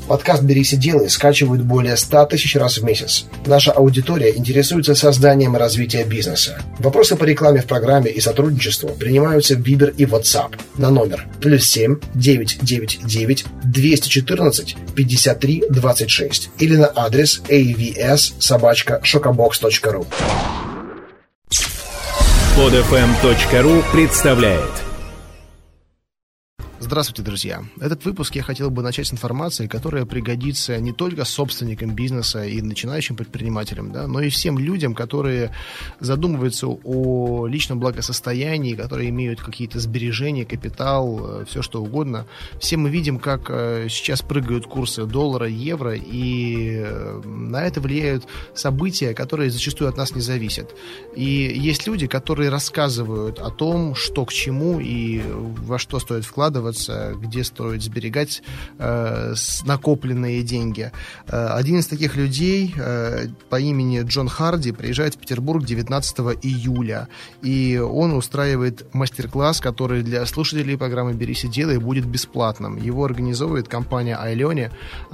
Подкаст «Берись и делай» скачивают более 100 тысяч раз в месяц. Наша аудитория интересуется созданием и развитием бизнеса. Вопросы по рекламе в программе и сотрудничеству принимаются в Viber и WhatsApp на номер +7 999 214 53 26 или на адрес avs@shokabox.ru. Podfm.ru представляет. Здравствуйте, друзья! Этот выпуск я хотел бы начать с информации, которая пригодится не только собственникам бизнеса и начинающим предпринимателям, да, но и всем людям, которые задумываются о личном благосостоянии, которые имеют какие-то сбережения, капитал, все что угодно. Все мы видим, как сейчас прыгают курсы доллара, евро, и на это влияют события, которые зачастую от нас не зависят. И есть люди, которые рассказывают о том, что к чему и во что стоит вкладываться, где стоит сберегать накопленные деньги. Один из таких людей по имени Джон Харди приезжает в Петербург 19 июля, и он устраивает мастер-класс, который для слушателей программы «Берись и делай» будет бесплатным. Его организовывает компания Айлене.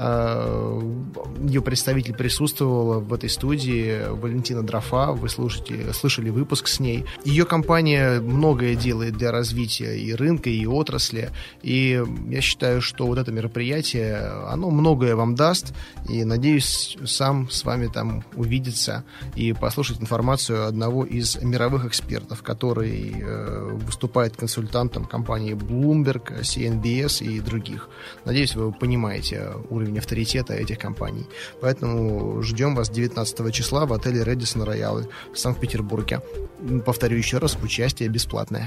Ее представитель присутствовала в этой студии, Валентина Дрофа. Вы слышали выпуск с ней. Ее компания многое делает для развития и рынка, и отрасли. И я считаю, что вот это мероприятие, оно многое вам даст, и надеюсь сам с вами там увидеться и послушать информацию одного из мировых экспертов, который выступает консультантом компании Bloomberg, CNBS и других. Надеюсь, вы понимаете уровень авторитета этих компаний. Поэтому ждем вас 19 числа в отеле Radisson Royal в Санкт-Петербурге. Повторю еще раз, участие бесплатное.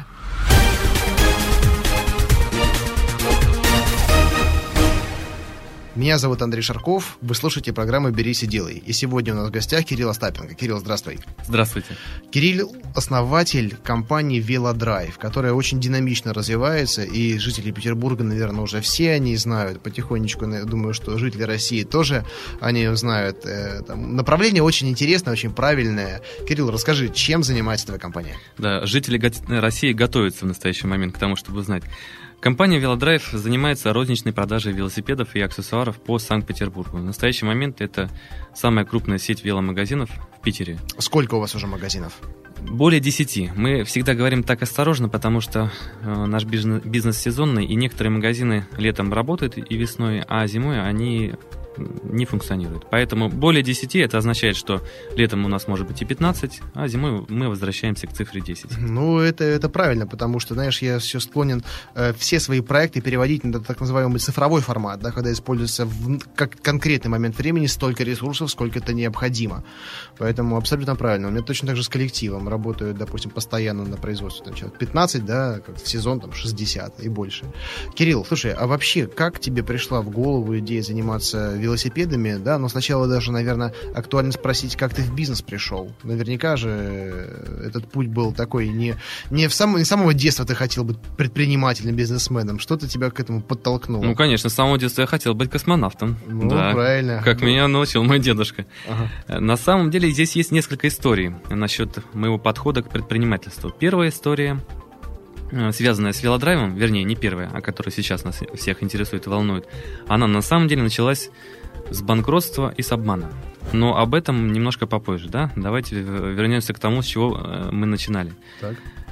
Меня зовут Андрей Шарков, вы слушаете программу «Берись и делай». И сегодня у нас в гостях Кирилл Остапенко. Кирилл, здравствуй. Здравствуйте. Кирилл – основатель компании «Велодрайв», которая очень динамично развивается, и жители Петербурга, наверное, уже все они знают. Потихонечку, я думаю, что жители России тоже они знают. Направление очень интересное, очень правильное. Кирилл, расскажи, чем занимается твоя компания? Да, жители России готовятся в настоящий момент к тому, чтобы узнать. Компания «Велодрайв» занимается розничной продажей велосипедов и аксессуаров по Санкт-Петербургу. В настоящий момент это самая крупная сеть веломагазинов в Питере. Сколько у вас уже магазинов? Более 10. Мы всегда говорим так осторожно, потому что наш бизнес сезонный, и некоторые магазины летом работают и весной, а зимой они не функционирует. Поэтому более 10 это означает, что летом у нас может быть и 15, а зимой мы возвращаемся к цифре 10. Ну, это правильно, потому что, знаешь, я все склонен все свои проекты переводить на так называемый цифровой формат, да, когда используется в как конкретный момент времени столько ресурсов, сколько это необходимо. Поэтому абсолютно правильно. У меня точно так же с коллективом работают, допустим, постоянно на производстве там, человек 15, да, как в сезон там 60 и больше. Кирилл, слушай, а вообще, как тебе пришла в голову идея заниматься велосипедами, да, но сначала даже, наверное, актуально спросить, как ты в бизнес пришел. Наверняка же этот путь был такой, не с самого детства ты хотел быть предпринимателем, бизнесменом. Что-то тебя к этому подтолкнуло? Ну, конечно, с самого детства я хотел быть космонавтом. Ну, да, правильно. Как меня научил мой дедушка. Ага. На самом деле здесь есть несколько историй насчет моего подхода к предпринимательству. Первая история, связанная с велодрайвом, вернее, не первая, а которая сейчас нас всех интересует и волнует, она на самом деле началась с банкротства и с обмана. Но об этом немножко попозже, да? Давайте вернемся к тому, с чего мы начинали. Так.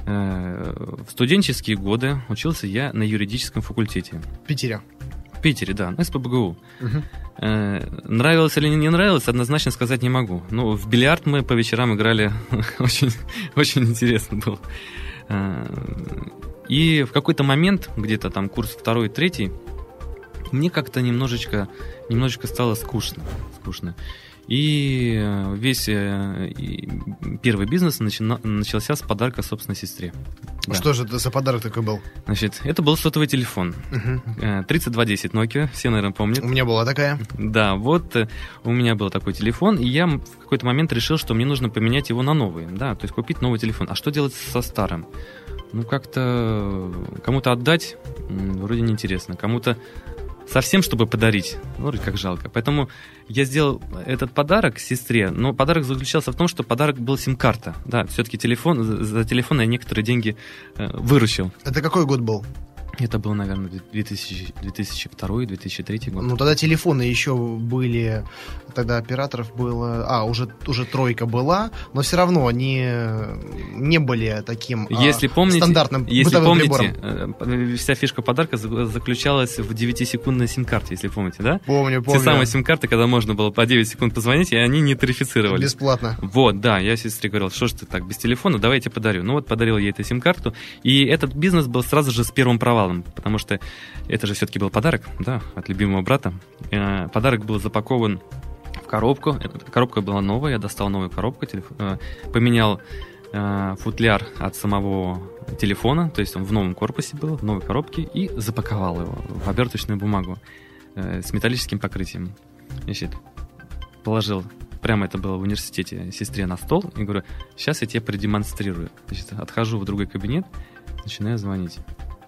В студенческие годы учился я на юридическом факультете. В Питере? В Питере, да, на СПбГУ. Угу. Нравилось или не нравилось, однозначно сказать не могу. Ну, в бильярд мы по вечерам играли, очень, очень интересно было. И в какой-то момент, где-то там курс 2-3, мне как-то немножечко стало скучно. И весь первый бизнес начался с подарка собственной сестре. Да. Что же это за подарок такой был? Значит, это был сотовый телефон. 3210 Nokia, все, наверное, помнят. У меня была такая. Да, вот у меня был такой телефон, и я в какой-то момент решил, что мне нужно поменять его на новый. Да, то есть купить новый телефон. А что делать со старым? Ну, как-то кому-то отдать вроде неинтересно. Кому-то совсем, чтобы подарить, вроде как жалко. Поэтому я сделал этот подарок сестре, но подарок заключался в том, что подарок был сим-карта. Да, все-таки за телефон я некоторые деньги выручил. Это какой год был? Это был, наверное, 2002-2003 год. Ну, тогда телефоны еще были, тогда операторов было... уже тройка была, но все равно они не были таким стандартным бытовым прибором. Вся фишка подарка заключалась в 9-секундной сим-карте, если помните, да? Помню. Те самые сим-карты, когда можно было по 9 секунд позвонить, и они не тарифицировались. Бесплатно. Вот, да, я сестре говорил, что ж ты так, без телефона, давай я тебе подарю. Ну вот, подарил ей эту сим-карту, и этот бизнес был сразу же с первым провалом, потому что это же все-таки был подарок, да, от любимого брата. Подарок был запакован в коробку. Коробка была новая, я достал новую коробку, поменял футляр от самого телефона, то есть он в новом корпусе был, в новой коробке, и запаковал его в оберточную бумагу с металлическим покрытием. Значит, положил, прямо это было в университете, сестре на стол, и говорю, сейчас я тебе продемонстрирую. Значит, отхожу в другой кабинет, начинаю звонить.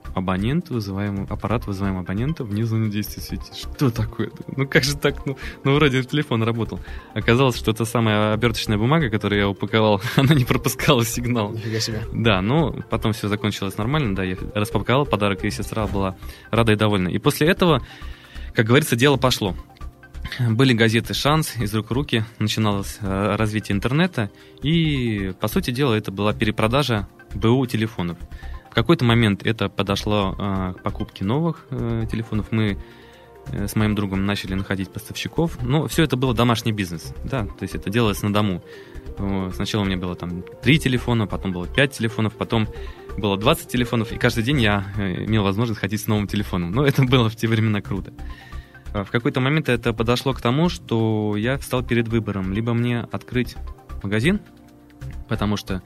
Аппарат, вызываемый абонента, внизу на действие светит. Что такое? Ну как же так? Ну вроде телефон работал. Оказалось, что это самая оберточная бумага, которую я упаковал, она не пропускала сигнал. Нифига себе. Да, но потом все закончилось нормально, да, я распаковал подарок, и сестра была рада и довольна. И после этого, как говорится, дело пошло. Были газеты «Шанс», «Из рук в руки», начиналось развитие интернета, и, по сути дела, это была перепродажа БУ телефонов. В какой-то момент это подошло к покупке новых телефонов. Мы с моим другом начали находить поставщиков. Но все это было домашний бизнес. Да, то есть это делалось на дому. Сначала у меня было там 3 телефона, потом было 5 телефонов, потом было 20 телефонов. И каждый день я имел возможность ходить с новым телефоном. Но это было в те времена круто. В какой-то момент это подошло к тому, что я встал перед выбором. Либо мне открыть магазин, потому что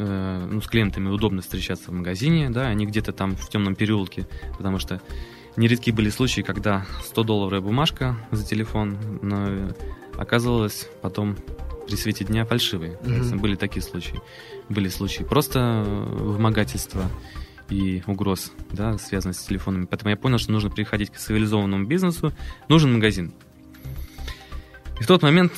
с клиентами удобно встречаться в магазине, да, а не где-то там в темном переулке, потому что нередки были случаи, когда $100 бумажка за телефон, но оказывалось потом при свете дня фальшивой. Mm-hmm. Были такие случаи. Были случаи просто вымогательства и угроз, да, связанных с телефонами. Поэтому я понял, что нужно переходить к цивилизованному бизнесу, нужен магазин. И в тот момент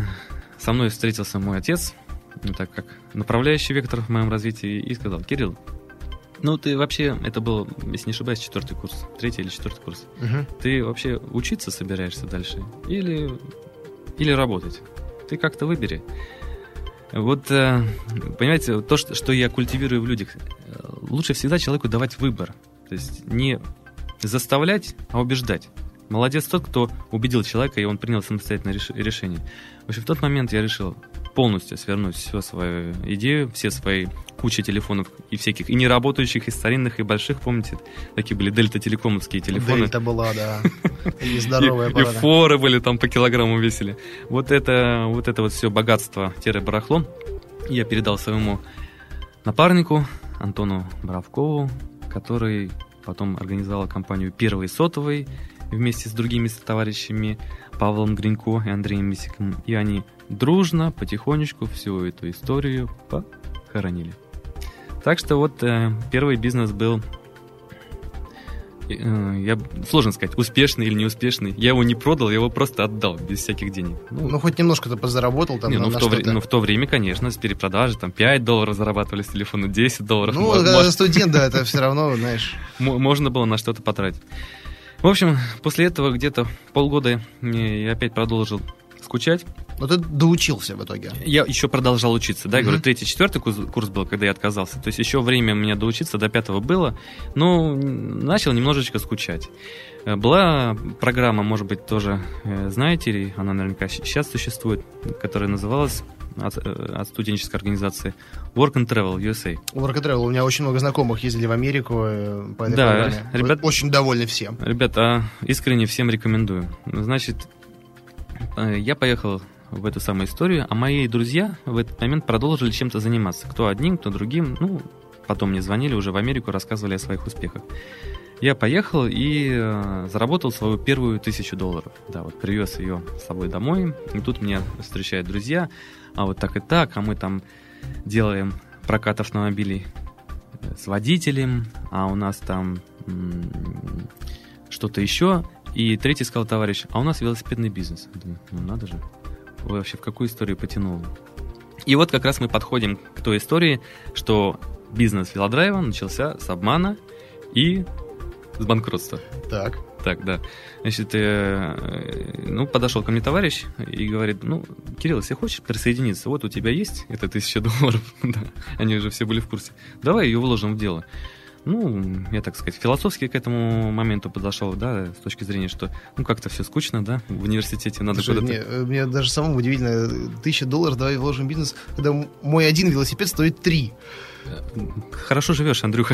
со мной встретился мой отец, так как направляющий вектор в моем развитии, и сказал: Кирилл, ну ты вообще, это был, если не ошибаюсь, 4-й курс, 3-й или 4-й курс. Угу. Ты вообще учиться собираешься дальше или работать? Ты как-то выбери. Вот, понимаете, то, что я культивирую в людях, лучше всегда человеку давать выбор. То есть не заставлять, а убеждать. Молодец тот, кто убедил человека, и он принял самостоятельное решение. В общем, в тот момент я решил полностью свернуть всю свою идею, все свои кучи телефонов и всяких, и неработающих, и старинных, и больших, помните, такие были дельта-телекомовские телефоны. Дельта была, да. И здоровая аппараты. И форы были, там по килограмму весили. Вот это все богатство-барахло я передал своему напарнику Антону Боровкову, который потом организовал компанию «Первый сотовый» вместе с другими товарищами Павлом Гринько и Андреем Мисиком. И они дружно, потихонечку всю эту историю похоронили. Так что вот первый бизнес был, сложно сказать, успешный или неуспешный. Я его не продал, я его просто отдал без всяких денег. Ну хоть немножко-то подзаработал там на что-то. Ну в то время, конечно, с перепродажи там $5 зарабатывали с телефона, $10. Ну, когда студент, да, это все равно, знаешь. Можно было на что-то потратить. В общем, после этого где-то полгода я опять продолжил скучать. Но ты доучился в итоге. Я еще продолжал учиться, да, я говорю, 3-4 курс был, когда я отказался. То есть еще время у меня доучиться, до 5-го было, но начал немножечко скучать. Была программа, может быть, тоже знаете, или она наверняка сейчас существует, которая называлась от студенческой организации Work and Travel USA. Work and Travel. У меня очень много знакомых ездили в Америку по этой программе. Ребят, очень довольны всем. Ребята, искренне всем рекомендую. Значит, я поехал в эту самую историю, а мои друзья в этот момент продолжили чем-то заниматься. Кто одним, кто другим. Ну, потом мне звонили уже в Америку, рассказывали о своих успехах. Я поехал и заработал свою первую $1000. Да, вот привез ее с собой домой. И тут меня встречают друзья. А вот так и так, а мы там делаем прокат автомобилей с водителем, а у нас там что-то еще. И третий сказал товарищ: а у нас велосипедный бизнес. Я думаю, ну надо же. Вы вообще в какую историю потянул? И вот как раз мы подходим к той истории, что бизнес велодрайва начался с обмана и с банкротства. Так. Так, да. Значит, подошел ко мне товарищ и говорит, Кирилл, если хочешь присоединиться, вот у тебя есть это $1000, да, они уже все были в курсе, давай ее вложим в дело. Я, так сказать, философски к этому моменту подошел, да, с точки зрения, что, как-то все скучно, да, в университете надо куда-то... Мне даже самому удивительно, $1000, давай вложим в бизнес, когда мой один велосипед стоит 3. Хорошо живешь, Андрюха.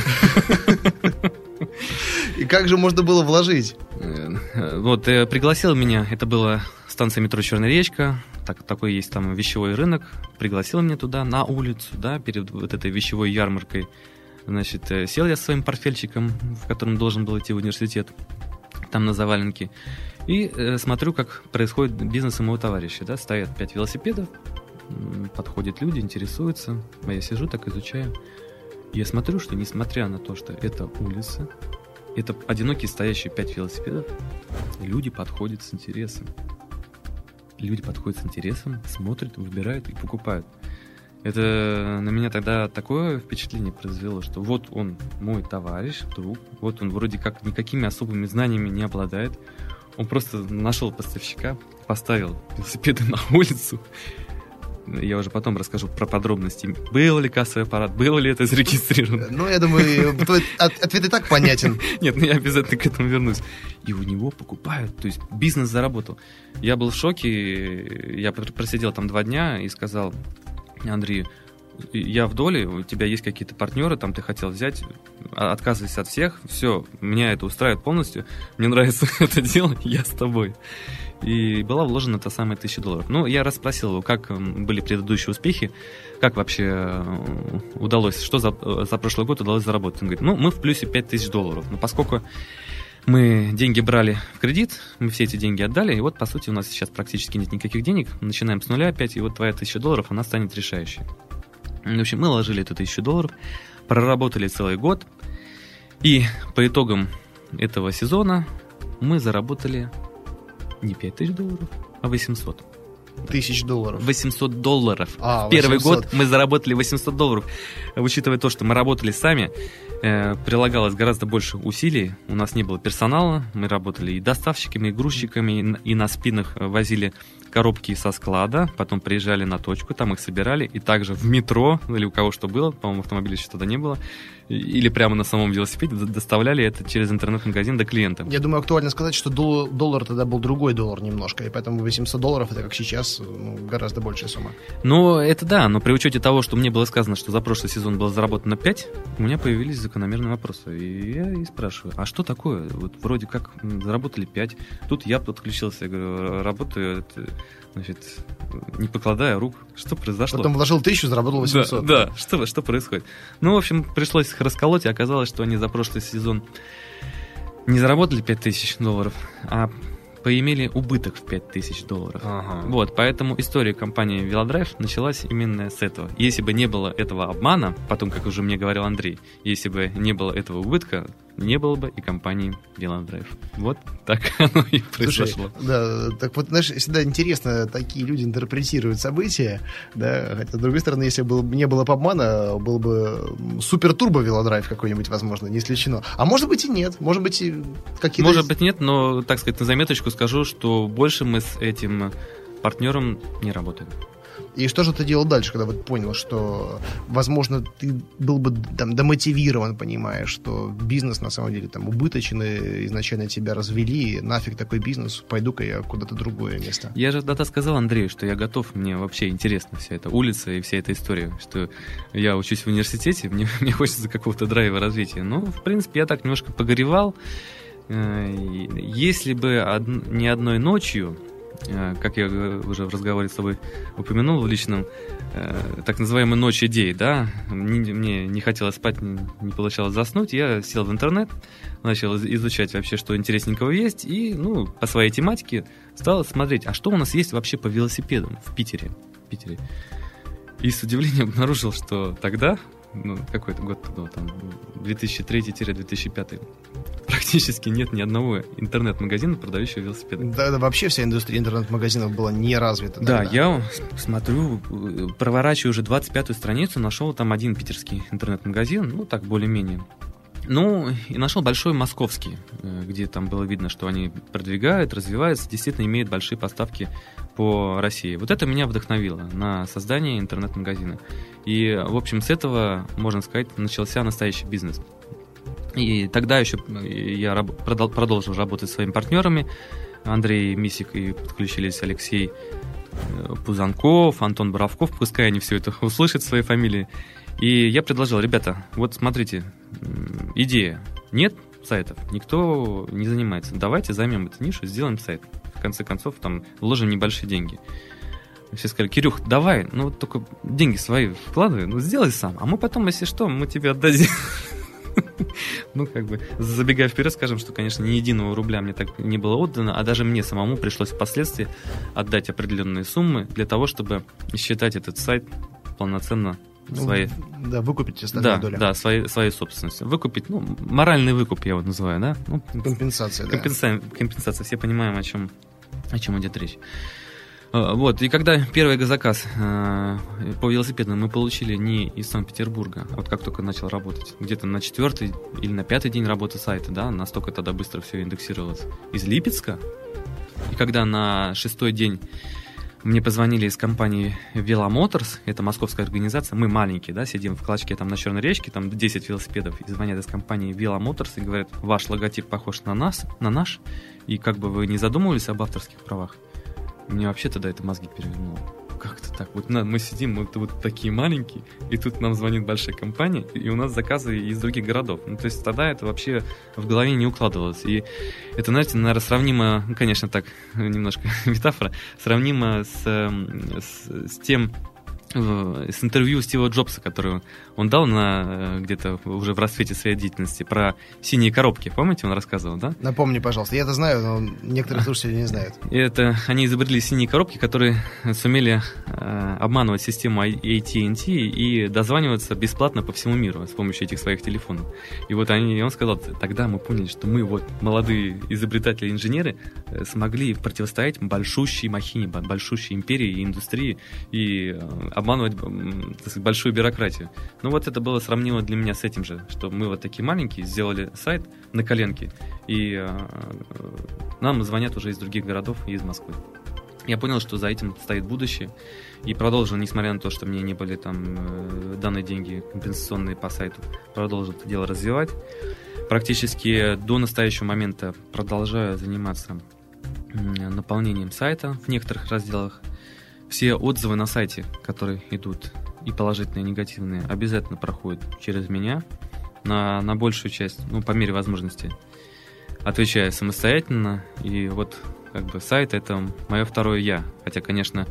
И как же можно было вложить? Вот, пригласил меня, это была станция метро Черная речка, такой есть там вещевой рынок, пригласил меня туда, на улицу, да, перед вот этой вещевой ярмаркой. Значит, сел я со своим портфельчиком, в котором должен был идти в университет, там на заваленке, и смотрю, как происходит бизнес у моего товарища, да, стоят 5 велосипедов, подходят люди, интересуются, а я сижу, так изучаю. Я смотрю, что несмотря на то, что это улица, это одинокие стоящие 5 велосипедов, люди подходят с интересом. Люди подходят с интересом, смотрят, выбирают и покупают. Это на меня тогда такое впечатление произвело, что вот он мой товарищ, друг, вот он вроде как никакими особыми знаниями не обладает. Он просто нашел поставщика, поставил велосипеды на улицу. Я уже потом расскажу про подробности. Был ли кассовый аппарат, было ли это зарегистрировано. Я думаю, твой ответ и так понятен. Нет, я обязательно к этому вернусь. И у него покупают, то есть бизнес заработал. Я был в шоке, я просидел там 2 дня и сказал: Андрей, я в доле, у тебя есть какие-то партнеры, там ты хотел взять, отказывайся от всех, все, меня это устраивает полностью, мне нравится это дело, я с тобой. И была вложена та самая $1000. Я расспросил его, как были предыдущие успехи, как вообще удалось, что за прошлый год удалось заработать. Он говорит, мы в плюсе $5000. Но поскольку мы деньги брали в кредит, мы все эти деньги отдали, и вот, по сути, у нас сейчас практически нет никаких денег, начинаем с нуля опять, и вот твоя $1000, она станет решающей. В общем, мы вложили это $1000, проработали целый год, и по итогам этого сезона мы заработали не $5000, а $800. $1000. $800. В первый год мы заработали $800. Учитывая то, что мы работали сами, прилагалось гораздо больше усилий. У нас не было персонала. Мы работали и доставщиками, и грузчиками, и на спинах возили коробки со склада, потом приезжали на точку, там их собирали, и также в метро, или у кого что было, по-моему, автомобиля еще тогда не было, или прямо на самом велосипеде доставляли это через интернет-магазин до клиента. Я думаю, актуально сказать, что доллар тогда был другой доллар немножко, и поэтому $800 это, как сейчас, гораздо большая сумма. Это да, но при учете того, что мне было сказано, что за прошлый сезон было заработано 5, у меня появились закономерные вопросы. И я и спрашиваю, а что такое? Вот вроде как заработали 5, тут я подключился, я говорю, работаю, значит, не покладая рук. Что произошло? Потом вложил 1000, заработал 800. Да, что происходит? В общем, пришлось их расколоть, и оказалось, что они за прошлый сезон не заработали $5000, а поимели убыток в $5000. Ага. Вот, поэтому история компании Велодрайв началась именно с этого. Если бы не было этого обмана, потом, как уже мне говорил Андрей, если бы не было этого убытка, не было бы и компании Велодрайв. Вот так оно и произошло. Слушай, да, так вот, знаешь, всегда интересно, такие люди интерпретируют события, да, хотя, с другой стороны, если бы не было бы обмана, был бы супер-турбо Велодрайв какой-нибудь, возможно, не исключено. А может быть и нет, может быть и какие-то... Может быть нет, но, так сказать, на заметочку скажу, что больше мы с этим партнером не работаем. И что же ты делал дальше, когда вот понял, что, возможно, ты был бы там демотивирован, понимаешь, что бизнес на самом деле там убыточный, изначально тебя развели, нафиг такой бизнес, пойду-ка я куда-то другое место. Я же тогда сказал Андрею, что я готов, мне вообще интересна вся эта улица и вся эта история, что я учусь в университете, мне хочется какого-то драйва развития. В принципе, я так немножко погоревал. Если бы не одной ночью, как я уже в разговоре с тобой упомянул в личном, так называемая ночь идей, да, мне не хотелось спать, не получалось заснуть, я сел в интернет, начал изучать вообще, что интересненького есть, и, по своей тематике стал смотреть, а что у нас есть вообще по велосипедам в Питере. И с удивлением обнаружил, что тогда, какой-то год был, там, 2003-2005, практически нет ни одного интернет-магазина, продающего велосипеды. Да, вообще вся индустрия интернет-магазинов была не развита. Да, я смотрю, проворачиваю уже 25-ю страницу, нашел там один питерский интернет-магазин, так более-менее. Ну, и нашел большой московский, где там было видно, что они продвигают, развиваются, действительно имеют большие поставки по России. Вот это меня вдохновило на создание интернет-магазина. И, в общем, с этого, можно сказать, начался настоящий бизнес. И тогда еще я продолжил работать со своими партнерами. Андрей Мисик, и подключились Алексей Пузанков, Антон Боровков, пускай они все это услышат, свои фамилии. И я предложил: ребята, вот смотрите, идея. Нет сайтов, никто не занимается. Давайте займем эту нишу, сделаем сайт. В конце концов, там вложим небольшие деньги. Все сказали: Кирюх, давай, ну вот только деньги свои вкладывай, ну сделай сам. А мы потом, если что, мы тебе отдадим. Ну, как бы, забегая вперед, скажем, что, конечно, ни единого рубля мне так не было отдано, а даже мне самому пришлось впоследствии отдать определенные суммы для того, чтобы считать этот сайт полноценно своей... Да, выкупить остальную долю. Да, своей собственностью. Выкупить, ну, моральный выкуп, я вот называю, да? Ну, компенсация, да. Компенсация, все понимаем, о чем идет речь. Вот, и когда первый заказ по велосипедам мы получили не из Санкт-Петербурга, а вот как только начал работать, где-то на 4-й или на 5-й день работы сайта, да, настолько тогда быстро все индексировалось, из Липецка. И когда на 6-й день мне позвонили из компании Веломоторс, это московская организация, мы маленькие, да, сидим в клочке там на Черной речке, там 10 велосипедов, и звонят из компании Веломоторс и говорят: ваш логотип похож на наш, и как бы вы не задумывались об авторских правах? Мне вообще тогда это мозги перевернуло. Как-то так. Вот мы сидим, мы вот такие маленькие, и тут нам звонит большая компания, и у нас заказы из других городов. Ну, то есть тогда это вообще в голове не укладывалось. И это, знаете, наверное, сравнимо, ну, конечно, так, немножко метафора, сравнимо с тем, с интервью Стива Джобса, которое он дал где-то уже в расцвете своей деятельности, про синие коробки. Помните, он рассказывал, да? Напомни, пожалуйста. Я это знаю, но некоторые слушатели не знают. Это они изобрели синие коробки, которые сумели обманывать систему AT&T и дозваниваться бесплатно по всему миру с помощью этих своих телефонов. И вот он сказал: тогда мы поняли, что мы, вот, молодые изобретатели, инженеры, смогли противостоять большущей махине, большущей империи и индустрии и обманывать, так сказать, большую бюрократию. Ну вот это было сравнимо для меня с этим же, что мы вот такие маленькие сделали сайт на коленке, и нам звонят уже из других городов и из Москвы. Я понял, что за этим стоит будущее, и продолжил, несмотря на то, что мне не были там даны деньги компенсационные по сайту, продолжил это дело развивать. Практически до настоящего момента продолжаю заниматься наполнением сайта в некоторых разделах. Все отзывы на сайте, которые идут, и положительные, и негативные, обязательно проходят через меня. На большую часть, ну, по мере возможности, отвечаю самостоятельно. И вот как бы сайт — это мое второе «я». Хотя, конечно,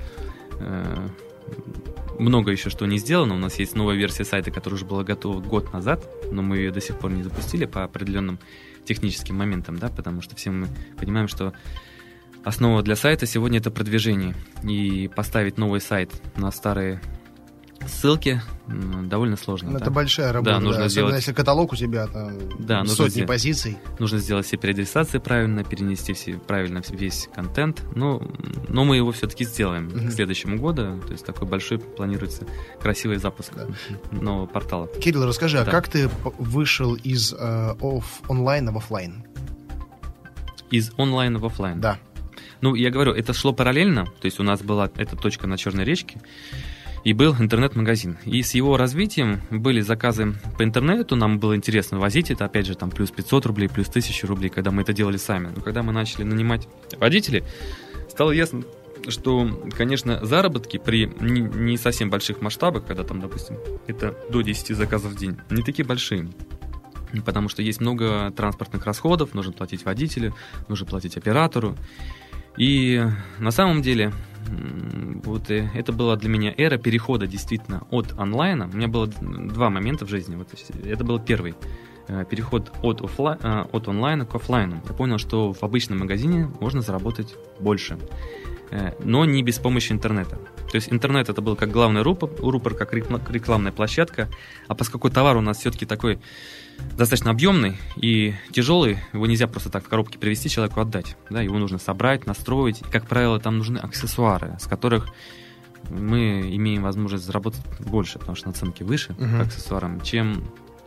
много еще что не сделано. У нас есть новая версия сайта, которая уже была готова год назад, но мы ее до сих пор не запустили по определенным техническим моментам, да, потому что все мы понимаем, что основа для сайта сегодня — это продвижение. И поставить новый сайт на старые ссылки довольно сложно. Это большая работа, да, нужно особенно сделать... если каталог у тебя там сотни позиций. Нужно сделать все переадресации правильно, перенести правильно весь контент. Но мы его все-таки сделаем к следующему году. То есть такой большой планируется красивый запуск нового портала. Кирилл, расскажи, а как ты вышел из онлайна в офлайн? Из онлайна в офлайн? Да. Ну, я говорю, это шло параллельно. То есть у нас была эта точка на Черной речке, и был интернет-магазин. И с его развитием были заказы по интернету, нам было интересно возить это, опять же, там плюс 500 рублей, плюс 1000 рублей, когда мы это делали сами. Но когда мы начали нанимать водителей, стало ясно, что, конечно, заработки при не совсем больших масштабах, когда там, допустим, это до 10 заказов в день, не такие большие. Потому что есть много транспортных расходов, нужно платить водителю, нужно платить оператору. И на самом деле вот это была для меня эра перехода действительно от онлайна. У меня было два момента в жизни. Вот это был первый переход от онлайна к офлайну. Я понял, что в обычном магазине можно заработать больше, но не без помощи интернета. То есть интернет — это был как главный рупор, как рекламная площадка. А поскольку товар у нас все-таки такой достаточно объемный и тяжелый, его нельзя просто так в коробке привезти, человеку отдать. Да, его нужно собрать, настроить. И, как правило, там нужны аксессуары, с которых мы имеем возможность заработать больше, потому что наценки выше по аксессуарам, чем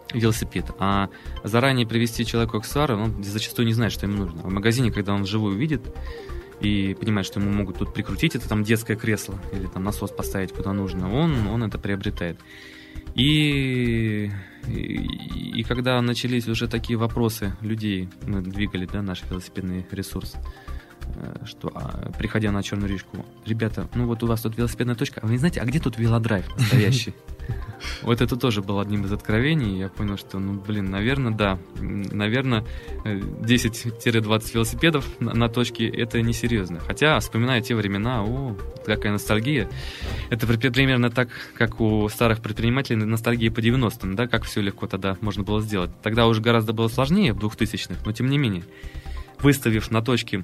велосипед. А заранее привести человека к аксессуару, он зачастую не знает, что ему нужно. В магазине, когда он вживую видит и понимает, что ему могут тут прикрутить это там детское кресло или там насос поставить куда нужно, он это приобретает. И когда начались уже такие вопросы людей, мы двигали, да, наш велосипедный ресурс, что, приходя на Черную речку, ребята, ну вот у вас тут велосипедная точка, а вы не знаете, а где тут велодрайв настоящий? Вот это тоже было одним из откровений. Я понял, что, наверное, да. Наверное, 10-20 велосипедов на точке — это несерьезно. Хотя, вспоминая те времена, какая ностальгия. Это примерно так, как у старых предпринимателей ностальгия по 90-м, да, как все легко тогда можно было сделать. Тогда уже гораздо было сложнее, в 2000-х, но тем не менее, выставив на точке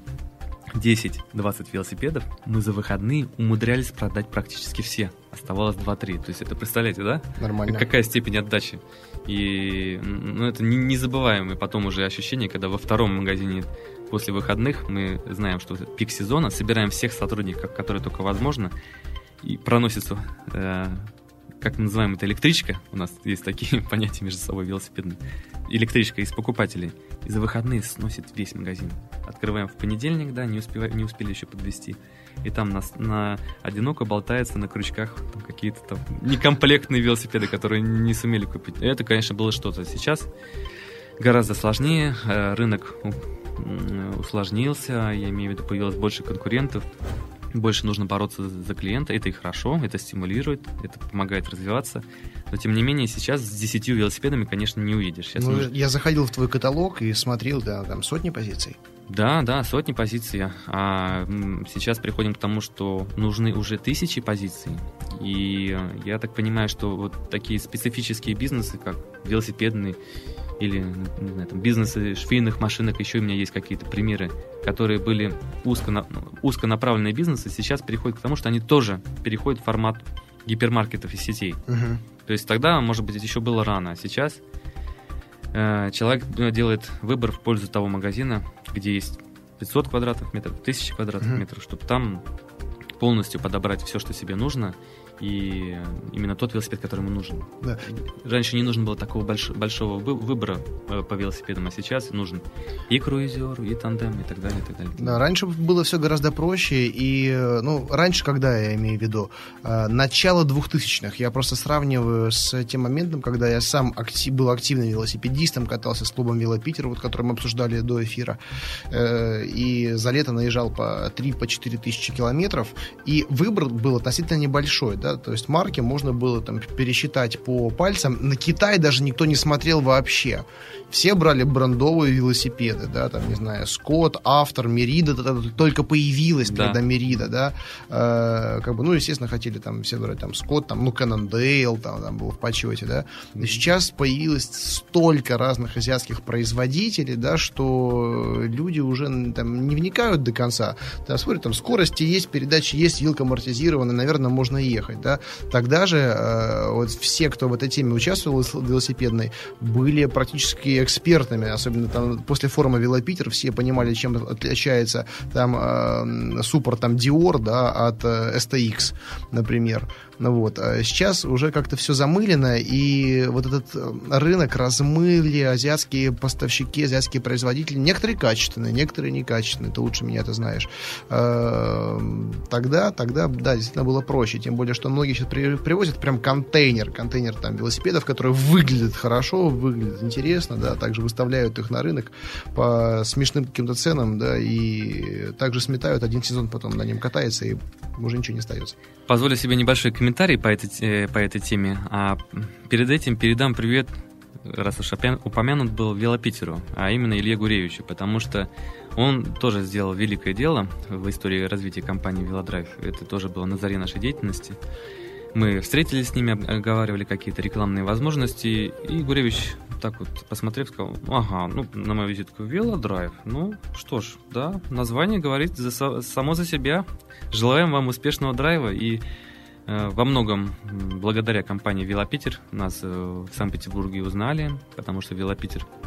10-20 велосипедов, мы за выходные умудрялись продать практически все. Оставалось 2-3. То есть это, представляете, да? Нормально. Какая степень отдачи. И это незабываемое потом уже ощущение, когда во втором магазине после выходных мы знаем, что пик сезона, собираем всех сотрудников, которые только возможно, и проносится, как мы называем это, электричка. У нас есть такие понятия между собой велосипедные. Электричка из покупателей. И за выходные сносит весь магазин. Открываем в понедельник, да, не успели еще подвести. И там одиноко болтается на крючках там какие-то там некомплектные велосипеды, которые не сумели купить. И это, конечно, было что-то. Сейчас гораздо сложнее. Рынок усложнился. Я имею в виду, появилось больше конкурентов. Больше нужно бороться за клиента. Это и хорошо, это стимулирует, это помогает развиваться. Но, тем не менее, сейчас с 10 велосипедами, конечно, не уедешь. Я заходил в твой каталог и смотрел, да, там сотни позиций. Да, сотни позиций. А сейчас приходим к тому, что нужны уже 1000 позиций. И я так понимаю, что вот такие специфические бизнесы, как велосипедный или, не знаю, там, бизнесы швейных машинок, еще у меня есть какие-то примеры, которые были узконаправленные бизнесы, сейчас переходят к тому, что они тоже переходят в формат гипермаркетов и сетей. Угу. То есть тогда, может быть, это еще было рано, а сейчас человек делает выбор в пользу того магазина, где есть 500 квадратных метров, 1000 квадратных метров, чтобы там полностью подобрать все, что себе нужно, и именно тот велосипед, который ему нужен. Да. Раньше не нужно было такого большого выбора по велосипедам, а сейчас нужен и круизер, и тандем, и так далее, и так далее. Да, раньше было все гораздо проще, и, раньше, когда я имею в виду, начало 2000-х, я просто сравниваю с тем моментом, когда я сам был активным велосипедистом, катался с клубом «Велопитер», вот, который мы обсуждали до эфира, и за лето наезжал по 3-4 тысячи километров, и выбор был относительно небольшой, да, то есть марки можно было там пересчитать по пальцам. На Китай даже никто не смотрел вообще. Все брали брендовые велосипеды, да, там, не знаю, Скотт, Автор, Мерида, только появилась тогда Мерида, да, естественно, хотели там все брать там Скотт, там, Канондейл, там был в почете, да. И сейчас появилось столько разных азиатских производителей, да, что люди уже там не вникают до конца. Там смотрят, там скорости есть, передачи есть, вилка амортизированная, наверное, можно ехать, да. Тогда же вот все, кто в этой теме участвовал велосипедной, были практически экспертами, особенно там после форума «Велопитер» все понимали, чем отличается там суппорт там Dior, да, от STX, например. А сейчас уже как-то все замылено, и вот этот рынок размыли азиатские поставщики, азиатские производители, некоторые качественные, некоторые некачественные, ты лучше меня это знаешь. Тогда, да, действительно было проще, тем более, что многие сейчас привозят прям контейнер там велосипедов, которые выглядят хорошо, выглядят интересно, да, также выставляют их на рынок по смешным каким-то ценам, да, и также сметают, один сезон потом на нем катается, и уже ничего не остается. Позволю себе небольшой комментарий по этой теме, а перед этим передам привет, раз уж упомянут был, Велопитеру, а именно Илье Гуревичу, потому что он тоже сделал великое дело в истории развития компании «Велодрайв». Это тоже было на заре нашей деятельности. Мы встретились с ними, обговаривали какие-то рекламные возможности, и Гуревич так вот, посмотрев, сказал: на мою визитку «Велодрайв». Ну, что ж, да, название говорит само за себя. Желаем вам успешного драйва, и во многом благодаря компании «Велопитер» нас в Санкт-Петербурге узнали, потому что «Велопитер»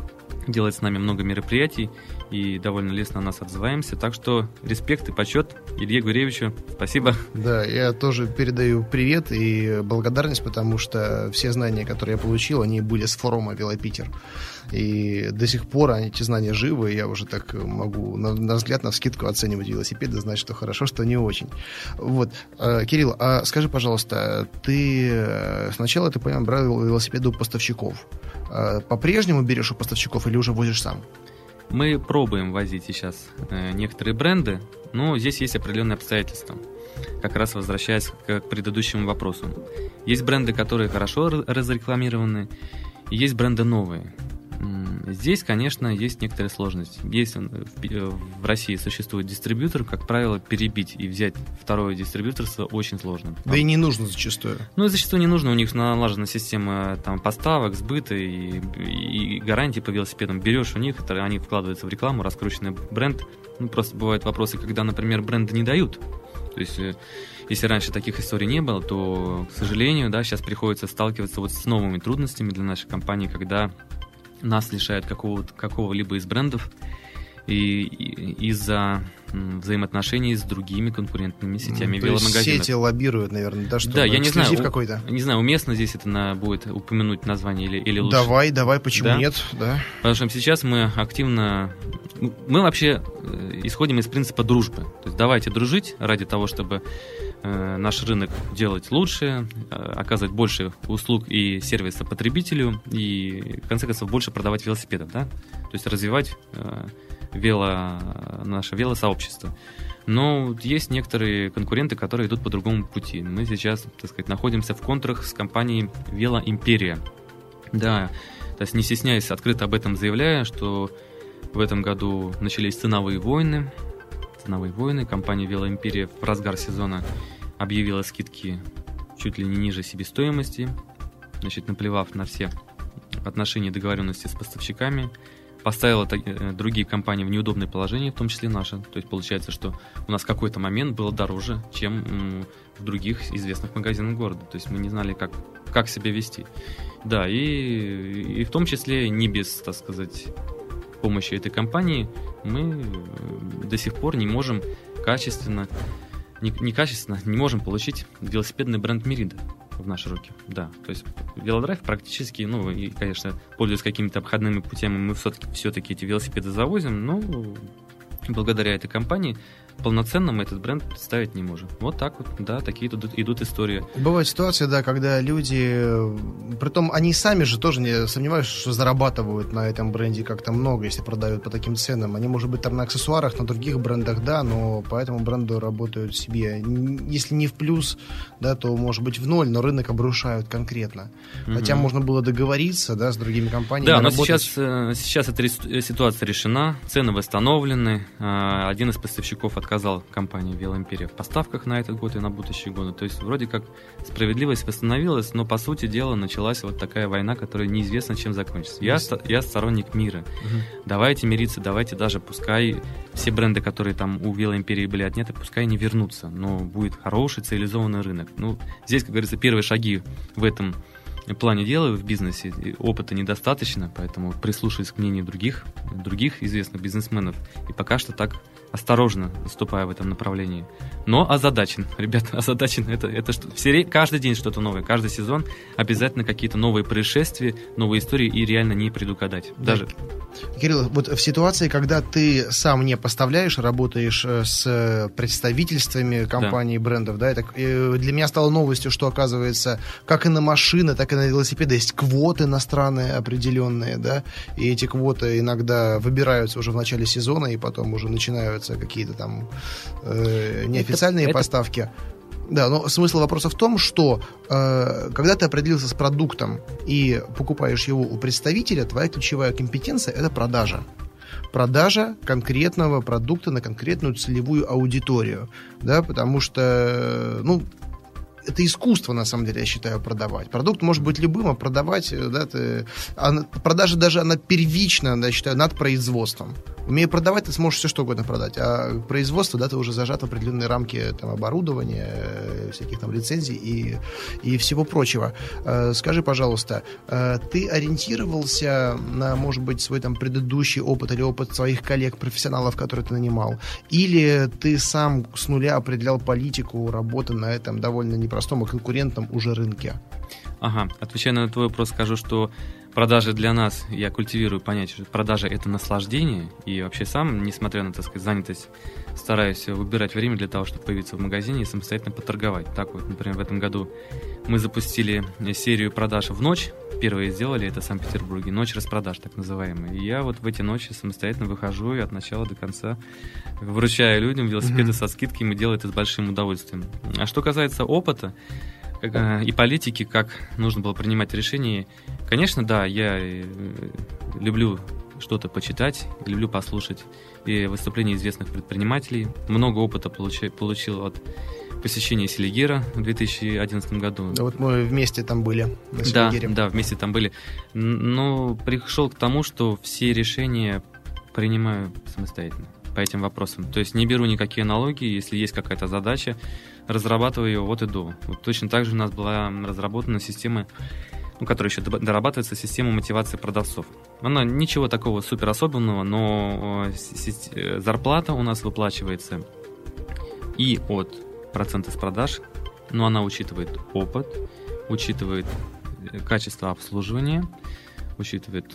делает с нами много мероприятий и довольно лестно о нас отзываемся. Так что респект и почет Илье Гуревичу. Спасибо. Да, я тоже передаю привет и благодарность, потому что все знания, которые я получил, они были с форума «Велопитер». И до сих пор эти знания живы, и я уже так могу на взгляд, навскидку оценивать велосипеды, знать, что хорошо, что не очень. Вот. Кирилл, а скажи, пожалуйста, ты сначала, ты понял, брал велосипеды у поставщиков. По-прежнему берешь у поставщиков или уже возишь сам? Мы пробуем возить сейчас некоторые бренды, но здесь есть определенные обстоятельства. Как раз возвращаясь к предыдущему вопросу. Есть бренды, которые хорошо разрекламированы, и есть бренды новые. Здесь, конечно, есть некоторые сложности. Если в России существует дистрибьютор, как правило, перебить и взять второе дистрибьюторство очень сложно. Да и не нужно зачастую. Ну, зачастую не нужно. У них налажена система там, поставок, сбыта и гарантий по велосипедам. Берешь у них, они вкладываются в рекламу, раскрученный бренд. Ну, просто бывают вопросы, когда, например, бренды не дают. То есть, если раньше таких историй не было, то, к сожалению, да, сейчас приходится сталкиваться вот с новыми трудностями для нашей компании, когда нас лишают какого-либо из брендов и из-за взаимоотношений с другими конкурентными сетями веломагазинов. Сети лоббируют, наверное, да, что да, я не знаю, какой-то. Не знаю, уместно здесь это будет упомянуть название или лучше. Давай, почему да? Нет, да. Потому что сейчас мы активно... Мы вообще исходим из принципа дружбы. То есть давайте дружить ради того, чтобы наш рынок делать лучше, оказывать больше услуг и сервиса потребителю и, в конце концов, больше продавать велосипедов, да? То есть развивать наше велосообщество. Но есть некоторые конкуренты, которые идут по другому пути. Мы сейчас, так сказать, находимся в контрах с компанией «Велоимперия». Да, то есть не стесняясь, открыто об этом заявляю, что в этом году начались ценовые войны. Компания «Велоимперия» в разгар сезона объявила скидки чуть ли не ниже себестоимости, значит, наплевав на все отношения и договоренности с поставщиками, поставила другие компании в неудобное положение, в том числе наша. То есть получается, что у нас в какой-то момент было дороже, чем в других известных магазинах города. То есть мы не знали, как себя вести. Да, и в том числе не без, так сказать, помощи этой компании мы до сих пор не можем не можем получить велосипедный бренд Merida в наши руки. Да, то есть Велодрайв практически, и, конечно, пользуясь какими-то обходными путями, мы все-таки эти велосипеды завозим, но благодаря этой компании полноценно мы этот бренд представить не можем. Вот так вот, да, такие идут истории. Бывают ситуации, да, когда люди, притом они сами же тоже не сомневаются, что зарабатывают на этом бренде как-то много, если продают по таким ценам. Они, может быть, там на аксессуарах, на других брендах, да, но по этому бренду работают себе. Если не в плюс, да, то, может быть, в ноль, но рынок обрушают конкретно. Хотя можно было договориться, да, с другими компаниями. Да, но сейчас эта ситуация решена, цены восстановлены. Один из поставщиков отказал компании «Велоимперия» в поставках на этот год и на будущие годы. То есть вроде как справедливость восстановилась, но по сути дела началась вот такая война, которая неизвестно чем закончится. Я сторонник мира. Давайте мириться, давайте даже пускай все бренды, которые там у «Велоимперии» были отняты, пускай не вернутся, но будет хороший цивилизованный рынок. Здесь, как говорится, первые шаги в этом плане делаю в бизнесе, опыта недостаточно, поэтому прислушиваюсь к мнению других известных бизнесменов и пока что так осторожно ступаю в этом направлении. Но озадачен, ребята, это что, каждый день что-то новое, каждый сезон обязательно какие-то новые происшествия, новые истории и реально не предугадать. Даже... Кирилл, вот в ситуации, когда ты сам не поставляешь, работаешь с представительствами компаний, брендов, да, для меня стало новостью, что, оказывается, как и на машины, так и на велосипеды есть квоты иностранные определенные, да, и эти квоты иногда выбираются уже в начале сезона, и потом уже начинаются какие-то там неофициальные поставки. Да, но смысл вопроса в том, что когда ты определился с продуктом и покупаешь его у представителя, твоя ключевая компетенция – это продажа. Продажа конкретного продукта на конкретную целевую аудиторию. Да, потому что, это искусство, на самом деле, я считаю, продавать. Продукт может быть любым, а продавать, да, продажа даже, она первична, я считаю, над производством. Умея продавать, ты сможешь все что угодно продать, а производство, да, ты уже зажат в определенные рамки там, оборудования, всяких там лицензий и всего прочего. Скажи, пожалуйста, ты ориентировался на, может быть, свой там предыдущий опыт или опыт своих коллег, профессионалов, которые ты нанимал, или ты сам с нуля определял политику работы на этом довольно непростом и конкурентном уже рынке? Ага, отвечая на твой вопрос, скажу, что продажи для нас, я культивирую понятие, что продажа — это наслаждение, и вообще сам, несмотря на, так сказать, занятость, стараюсь выбирать время для того, чтобы появиться в магазине и самостоятельно поторговать. Так вот, например, в этом году мы запустили серию продаж в ночь. Первые сделали это в Санкт-Петербурге. Ночь распродаж, так называемая. И я вот в эти ночи самостоятельно выхожу и от начала до конца вручаю людям велосипеды со скидками, и делаю это с большим удовольствием. А что касается опыта и политики, как нужно было принимать решения, конечно, да, я люблю что-то почитать, люблю послушать и выступления известных предпринимателей. Много опыта получил от посещения Селигера в 2011 году. Да, вот мы вместе там были на Селигере. Да, вместе там были. Но пришел к тому, что все решения принимаю самостоятельно по этим вопросам. То есть не беру никакие аналогии, если есть какая-то задача, разрабатываю ее от и до. Вот точно так же у нас была разработана система, которая еще дорабатывается, система мотивации продавцов. Она ничего такого супер особенного, но зарплата у нас выплачивается и от процента с продаж, но она учитывает опыт, учитывает качество обслуживания, учитывает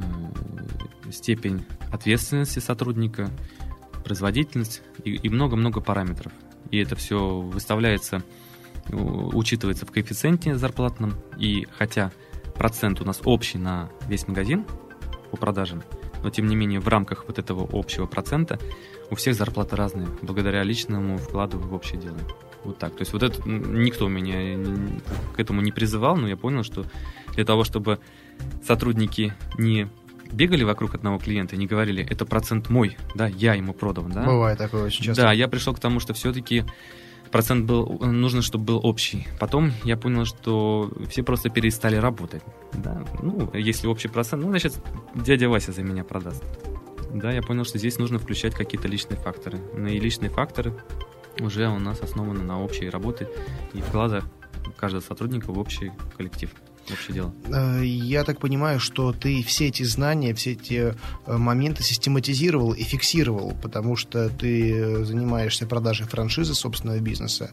степень ответственности сотрудника, производительность и много-много параметров. И это все выставляется, учитывается в коэффициенте зарплатном. И хотя процент у нас общий на весь магазин по продажам, но тем не менее в рамках вот этого общего процента у всех зарплаты разные, благодаря личному вкладу в общее дело. Вот так. То есть вот это никто меня к этому не призывал, но я понял, что для того, чтобы сотрудники не бегали вокруг одного клиента и не говорили, это процент мой, да, я ему продал, да. Бывает такое очень часто. Да, я пришел к тому, что все-таки процент нужно, чтобы был общий. Потом я понял, что все просто перестали работать. Да? Ну, если общий процент, значит, дядя Вася за меня продаст. Да, я понял, что здесь нужно включать какие-то личные факторы. И личные факторы уже у нас основаны на общей работе и вклада каждого сотрудника в общий коллектив. Общее дело. Я так понимаю, что ты все эти знания, все эти моменты систематизировал и фиксировал, потому что ты занимаешься продажей франшизы собственного бизнеса,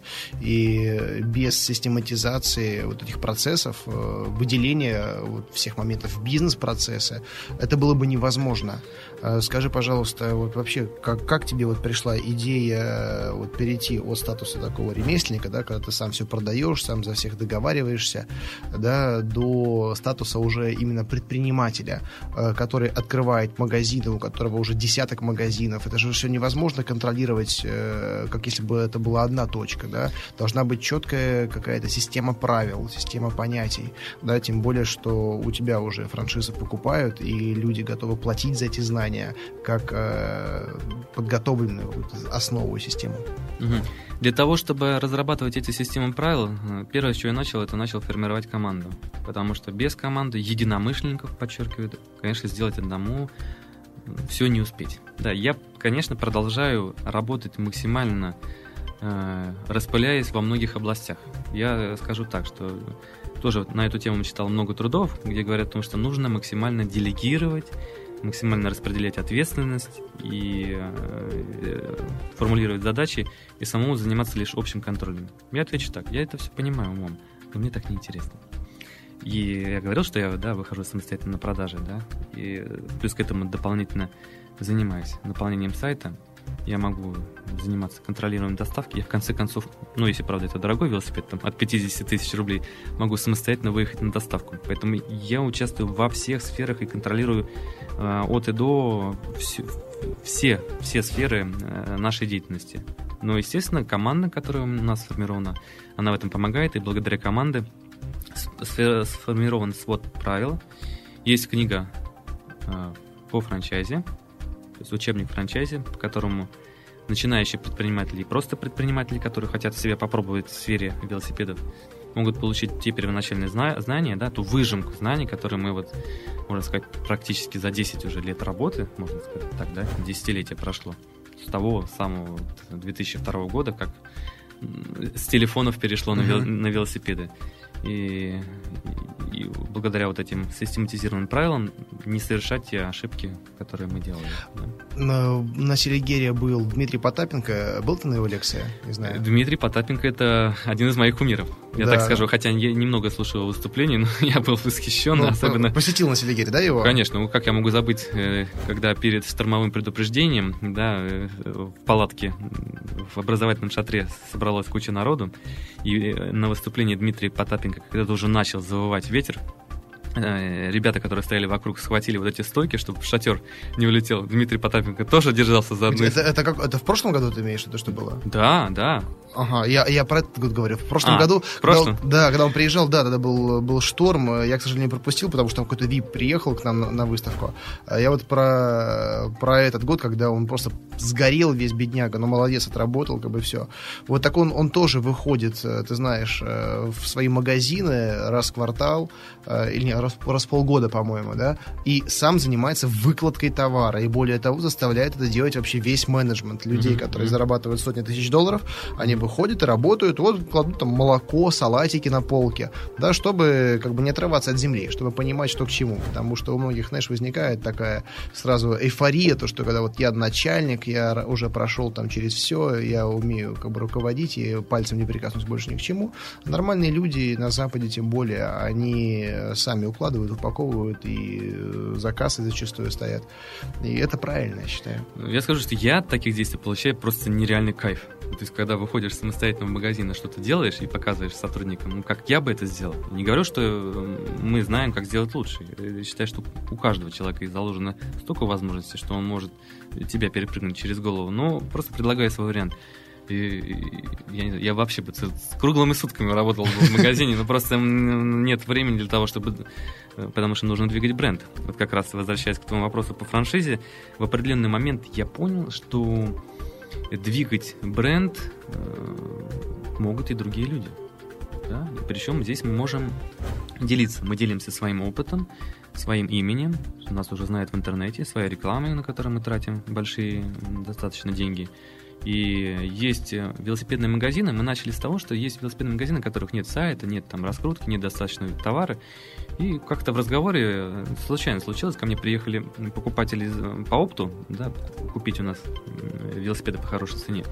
и без систематизации вот этих процессов, выделения вот всех моментов бизнес-процесса, это было бы невозможно. Скажи, пожалуйста, вот вообще, как тебе вот пришла идея вот перейти от статуса такого ремесленника, да, когда ты сам все продаешь, сам за всех договариваешься, да, до статуса уже именно предпринимателя, который открывает магазины, у которого уже десяток магазинов. Это же все невозможно контролировать, как если бы это была одна точка, да. Должна быть четкая какая-то система правил, система понятий, да, тем более, что у тебя уже франшизы покупают, и люди готовы платить за эти знания, как подготовленную основу систему. Для того, чтобы разрабатывать эти системы правил, первое, с чего я начал формировать команду. Потому что без команды, единомышленников, подчеркиваю, конечно, сделать одному все не успеть. Да, я, конечно, продолжаю работать максимально, распыляясь во многих областях. Я скажу так, что тоже на эту тему читал много трудов, где говорят о том, что нужно максимально делегировать, максимально распределять ответственность и формулировать задачи, и самому заниматься лишь общим контролем. Я отвечу так, я это все понимаю умом, но мне так неинтересно. И я говорил, что я выхожу самостоятельно на продажи, да, и плюс к этому дополнительно занимаюсь наполнением сайта. Я могу заниматься контролированием доставки. Я в конце концов, если, правда, это дорогой велосипед, там, от 50 тысяч рублей, могу самостоятельно выехать на доставку. Поэтому я участвую во всех сферах и контролирую от и до все сферы нашей деятельности. Но, естественно, команда, которая у нас сформирована, она в этом помогает, и благодаря команде сформирован свод правил. Есть книга по франчайзе, то есть учебник франчайзе, по которому начинающие предприниматели и просто предприниматели, которые хотят себя попробовать в сфере велосипедов, могут получить те первоначальные знания, да, ту выжимку знаний, которые мы вот, можно сказать, практически за 10 уже лет работы, можно сказать так, да, десятилетие прошло, с того самого 2002 года, как с телефонов перешло на велосипеды. И благодаря вот этим систематизированным правилам не совершать те ошибки, которые мы делали. Да. На Селигере был Дмитрий Потапенко. Был ты на его лекции? Не знаю. Дмитрий Потапенко — это один из моих кумиров. Я так скажу, хотя я немного слушал его выступлений, но я был восхищен. Особенно... Посетил на Селигере, да, его? Конечно. Как я могу забыть, когда перед штормовым предупреждением, да, в палатке, в образовательном шатре собралась куча народу, и на выступлении Дмитрия Потапенко, когда уже начал завывать ветер, ребята, которые стояли вокруг, схватили вот эти стойки, чтобы в шатер не улетел. Дмитрий Потапенко тоже держался за одну. Это в прошлом году ты имеешь в виду, что было? Да. Ага, я про этот год говорю. В прошлом году, когда он приезжал, тогда был шторм. Я, к сожалению, пропустил, потому что там какой-то VIP приехал к нам на выставку. Я вот про этот год, когда он просто сгорел весь бедняга, но молодец, отработал, как бы все. Вот так он тоже выходит, ты знаешь, в свои магазины раз в квартал, или не, раз в полгода, по-моему, да, и сам занимается выкладкой товара, и более того, заставляет это делать вообще весь менеджмент людей, которые зарабатывают сотни тысяч долларов, они выходят и работают, вот кладут там молоко, салатики на полке, да, чтобы как бы не отрываться от земли, чтобы понимать, что к чему, потому что у многих, знаешь, возникает такая сразу эйфория, то, что когда вот я начальник, я уже прошел там через все, я умею как бы руководить и пальцем не прикоснусь больше ни к чему. Нормальные люди на Западе, тем более, они сами укладывают, упаковывают, и за кассой зачастую стоят. И это правильно, я считаю. Я скажу, что я от таких действий получаю просто нереальный кайф. То есть, когда выходишь самостоятельно в магазин и что-то делаешь и показываешь сотрудникам, как я бы это сделал. Не говорю, что мы знаем, как сделать лучше. Я считаю, что у каждого человека заложено столько возможностей, что он может тебя перепрыгнуть через голову. Но просто предлагаю свой вариант. Я вообще бы с круглыми сутками работал в магазине, но просто нет времени для того, чтобы... Потому что нужно двигать бренд. Вот как раз возвращаясь к твоему вопросу по франшизе, в определенный момент я понял, что двигать бренд могут и другие люди. Да? И причем здесь мы можем делиться. Мы делимся своим опытом, своим именем. Нас уже знают в интернете, своей рекламой, на которую мы тратим большие достаточно деньги. И есть велосипедные магазины. Мы начали с того, что есть велосипедные магазины, у которых нет сайта, нет там раскрутки, нет достаточно товара. И как-то в разговоре случайно случилось, ко мне приехали покупатели по опту, да, купить у нас велосипеды по хорошей цене.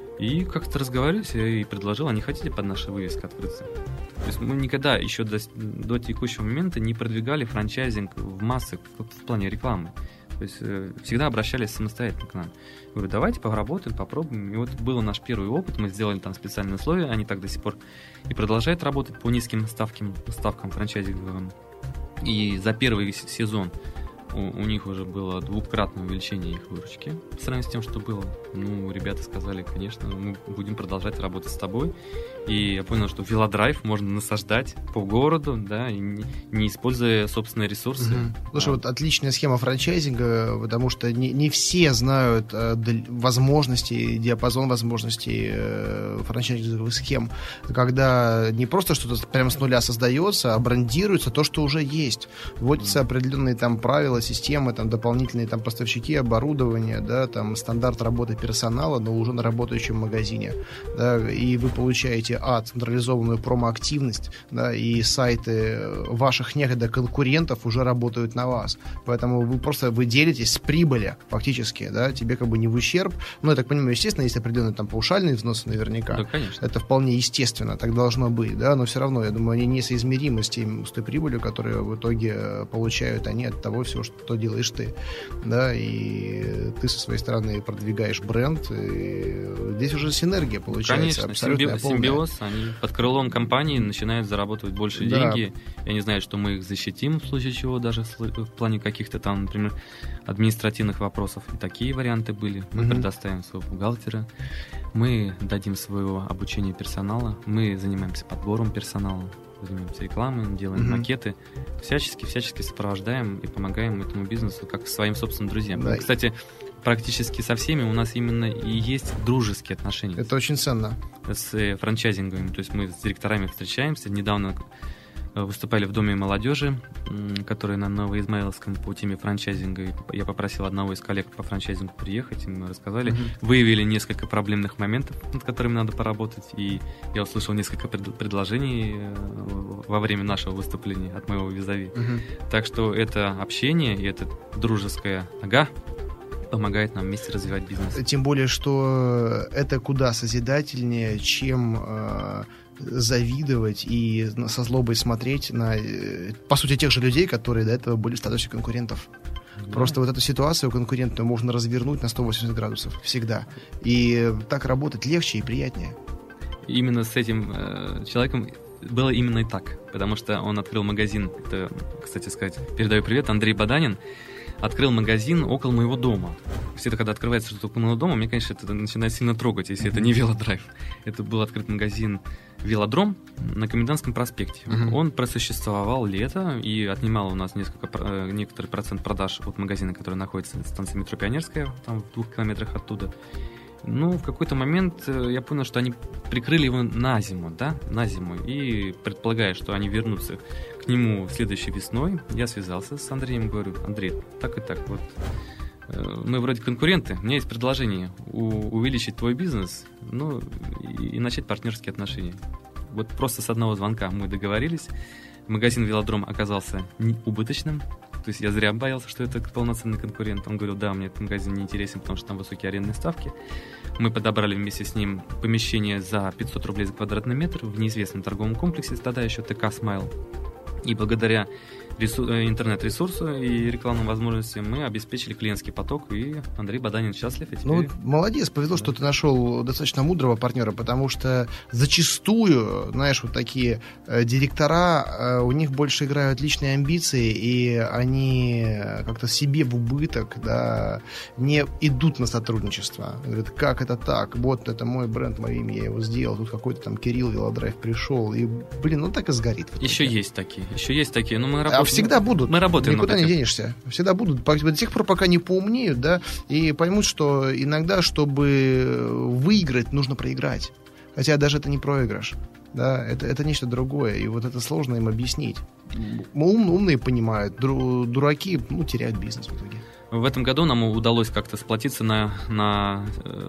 И как-то разговаривались, и предложил, а не хотите под нашей вывеской открыться? То есть мы никогда еще до текущего момента не продвигали франчайзинг в массы в плане рекламы. То есть всегда обращались самостоятельно к нам. Я говорю, давайте поработаем, попробуем. И вот был наш первый опыт, мы сделали там специальные условия, они так до сих пор и продолжают работать по низким ставкам франчайзинговым. И за первый сезон у них уже было 2-кратное увеличение их выручки по сравнению с тем, что было. Ну, ребята сказали, конечно, мы будем продолжать работать с тобой. И я понял, что велодрайв можно насаждать по городу, да, и не используя собственные ресурсы. Слушай, вот отличная схема франчайзинга, потому что не все знают возможности, диапазон возможностей франчайзинговых схем, когда не просто что-то прямо с нуля создается, а брендируется то, что уже есть. Вводятся определенные там правила, системы, там дополнительные там поставщики, оборудования, да, там стандарт работы персонала, но уже на работающем магазине, да, и вы получаете централизованную промо-активность, да, и сайты ваших некогда конкурентов уже работают на вас. Поэтому вы делитесь с прибыли фактически, да, тебе как бы не в ущерб. Ну, я так понимаю, естественно, есть определенные там паушальные взносы наверняка. Да, конечно. Это вполне естественно, так должно быть, да, но все равно, я думаю, они несоизмеримы с той прибылью, которую в итоге получают они от того всего, что делаешь ты, да, и ты со своей стороны продвигаешь бренд, и здесь уже синергия получается. Конечно, симбиоз, они под крылом компании начинают зарабатывать больше деньги, и они знают, что мы их защитим в случае чего, даже в плане каких-то там, например, административных вопросов. И такие варианты были. Мы предоставим своего бухгалтера, мы дадим своего обучения персонала, мы занимаемся подбором персонала, занимаемся рекламой, делаем макеты, всячески сопровождаем и помогаем этому бизнесу как своим собственным друзьям. Да. Кстати, практически со всеми у нас именно и есть дружеские отношения. Это очень ценно. С франчайзинговыми. То есть мы с директорами встречаемся. Недавно выступали в Доме молодежи, который на Новоизмаиловском по теме франчайзинга. Я попросил одного из коллег по франчайзингу приехать, и мы рассказали. Выявили несколько проблемных моментов, над которыми надо поработать. И я услышал несколько предложений во время нашего выступления от моего визави. Так что это общение и это дружеская нога помогает нам вместе развивать бизнес. Тем более, что это куда созидательнее, чем завидовать и со злобой смотреть на, по сути, тех же людей, которые до этого были в статусе конкурентов. Да. Просто вот эту ситуацию конкурентную можно развернуть на 180 градусов всегда. И так работать легче и приятнее. Именно с этим человеком было именно и так. Потому что он открыл магазин, это, кстати сказать, передаю привет, Андрей Баданин, открыл магазин около моего дома. Все это, когда открывается что-то около моего дома, мне, конечно, это начинает сильно трогать, если это не велодрайв. Это был открыт магазин «Велодром» на Комендантском проспекте. Он просуществовал лето и отнимал у нас некоторый процент продаж от магазина, который находится на станции метро Пионерская, там в 2 километрах оттуда. Ну, в какой-то момент я понял, что они прикрыли его на зиму, и предполагая, что они вернутся к нему следующей весной, я связался с Андреем и говорю: Андрей, так и так, вот мы вроде конкуренты, у меня есть предложение увеличить твой бизнес, ну, и начать партнерские отношения. Вот просто с одного звонка мы договорились. Магазин «Велодром» оказался убыточным. То есть я зря боялся, что это полноценный конкурент. Он говорил: да, мне этот магазин не интересен, потому что там высокие арендные ставки. Мы подобрали вместе с ним помещение за 500 рублей за квадратный метр в неизвестном торговом комплексе, тогда еще ТК «Смайл». И благодаря интернет-ресурсу и рекламным возможностям мы обеспечили клиентский поток, и Андрей Баданин счастлив. И теперь... Ну, молодец, повезло, что ты нашел достаточно мудрого партнера, потому что зачастую, знаешь, вот такие директора, у них больше играют личные амбиции, и они как-то себе в убыток, да, не идут на сотрудничество. Говорят: как это так? Вот это мой бренд, мое имя, я его сделал, тут какой-то там Кирилл Велодрайв пришел, и, блин, ну так и сгорит. Еще есть такие, но мы работаем. Всегда будут. Мы работаем. Никуда не денешься. Всегда будут. До тех пор, пока не поумнеют, да, и поймут, что иногда, чтобы выиграть, нужно проиграть. Хотя даже это не проигрыш. Да, это нечто другое. И вот это сложно им объяснить. Умные понимают. Дураки, теряют бизнес в итоге. В этом году нам удалось как-то сплотиться на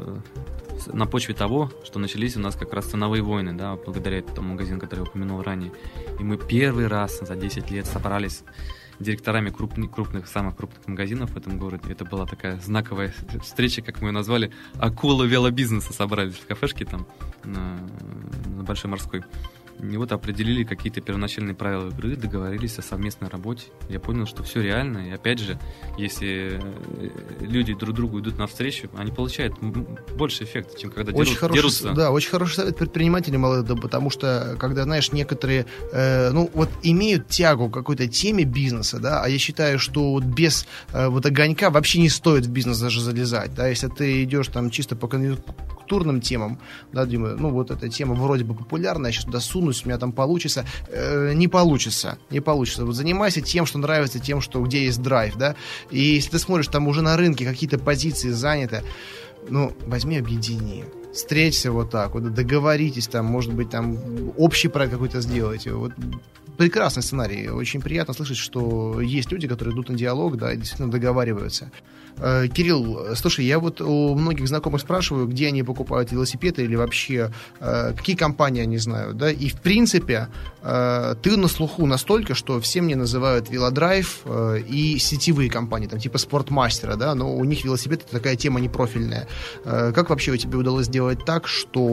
почве того, что начались у нас как раз ценовые войны, да, благодаря этому магазину, который я упомянул ранее. И мы первый раз за 10 лет собрались директорами самых крупных магазинов в этом городе. Это была такая знаковая встреча, как мы ее назвали, акулы велобизнеса собрались в кафешке там на Большой Морской. И вот определили какие-то первоначальные правила игры, договорились о совместной работе. Я понял, что все реально. И опять же, если люди друг другу идут навстречу, они получают больше эффекта, чем когда дерутся. Да, очень хороший совет предпринимателям, потому что, когда, знаешь, некоторые имеют тягу к какой-то теме бизнеса, да, а я считаю, что вот без огонька вообще не стоит в бизнес даже залезать. Да, если ты идешь там чисто по конъюнктурным темам, да, Дима, эта тема вроде бы популярная, я сейчас туда сунусь, у меня там получится. Не получится. Вот занимайся тем, что нравится, тем, где есть драйв, да. И если ты смотришь, там уже на рынке какие-то позиции заняты, возьми, объедини. Встреться вот так, договоритесь, там, может быть, там общий проект какой-то сделайте. Вот прекрасный сценарий. Очень приятно слышать, что есть люди, которые идут на диалог, да, и действительно договариваются. Кирилл, слушай, я вот у многих знакомых спрашиваю, где они покупают велосипеды или вообще какие компании они знают, да, и в принципе ты на слуху настолько, что все мне называют Велодрайв и сетевые компании, там типа Спортмастера, да, но у них велосипед — это такая тема непрофильная. Как вообще у тебя удалось сделать так,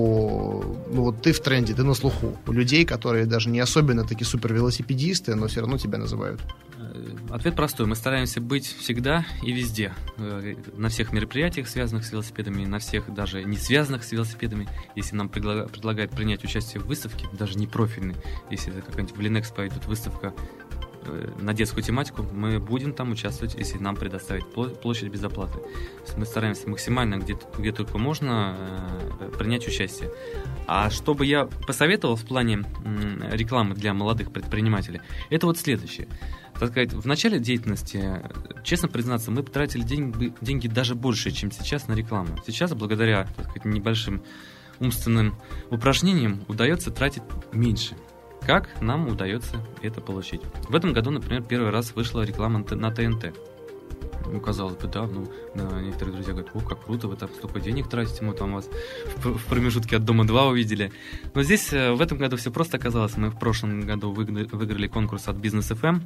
что ты в тренде, ты на слуху у людей, которые даже не особенно такие супер велосипедисты, но все равно тебя называют? Ответ простой. Мы стараемся быть всегда и везде. На всех мероприятиях, связанных с велосипедами, на всех даже не связанных с велосипедами. Если нам предлагают принять участие в выставке, даже не профильной, если это какая-нибудь в Линэкспо идет выставка на детскую тематику, мы будем там участвовать, если нам предоставить площадь без оплаты. Мы стараемся максимально, где только можно, принять участие. А что бы я посоветовал в плане рекламы для молодых предпринимателей, это вот следующее. Так сказать, в начале деятельности, честно признаться, мы потратили деньги даже больше, чем сейчас на рекламу. Сейчас, благодаря, так сказать, небольшим умственным упражнениям, удается тратить меньше. Как нам удается это получить? В этом году, например, первый раз вышла реклама на ТНТ. Ну, казалось бы, да, некоторые друзья говорят: о, как круто, вы там столько денег тратите, мы там вас в промежутке от Дома-2 увидели. Но здесь в этом году все просто оказалось. Мы в прошлом году выиграли конкурс от Business FM,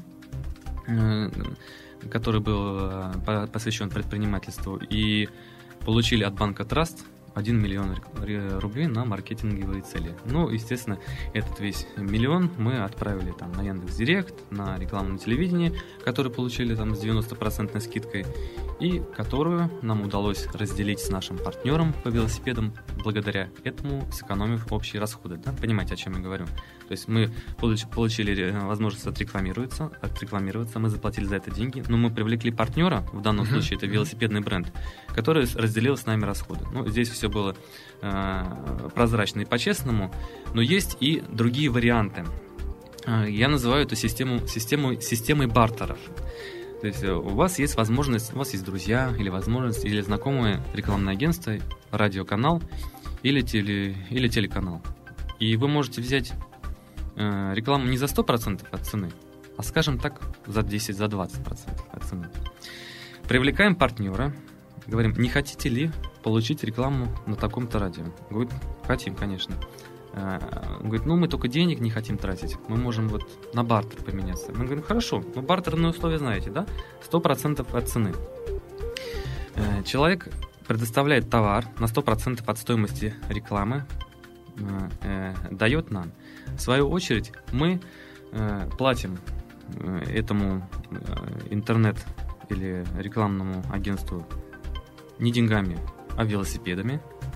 который был посвящен предпринимательству, и получили от банка Траст 1 миллион рублей на маркетинговые цели. Ну, естественно, этот весь миллион мы отправили там на Яндекс.Директ, на рекламу на телевидении, которую получили там с 90% скидкой, и которую нам удалось разделить с нашим партнером по велосипедам, благодаря этому сэкономив общие расходы. Да? Понимаете, о чем я говорю? То есть мы получили возможность отрекламироваться, мы заплатили за это деньги, но мы привлекли партнера, в данном случае это велосипедный бренд, который разделил с нами расходы. Ну, здесь все было прозрачно и по-честному, но есть и другие варианты. Я называю эту системой бартеров. То есть у вас есть возможность, у вас есть друзья или возможность, или знакомое рекламное агентство, радиоканал или телеканал. И вы можете взять рекламу не за 100% от цены, а, скажем так, за 10, за 20% от цены. Привлекаем партнера, говорим: не хотите ли получить рекламу на таком-то радио? Говорит: хотим, конечно. Говорит: мы только денег не хотим тратить, мы можем вот на бартер поменяться. Мы говорим: хорошо, но бартерные условия знаете, да? 100% от цены. Человек предоставляет товар на 100% от стоимости рекламы, дает нам. В свою очередь мы платим этому интернет или рекламному агентству не деньгами, а велосипедами,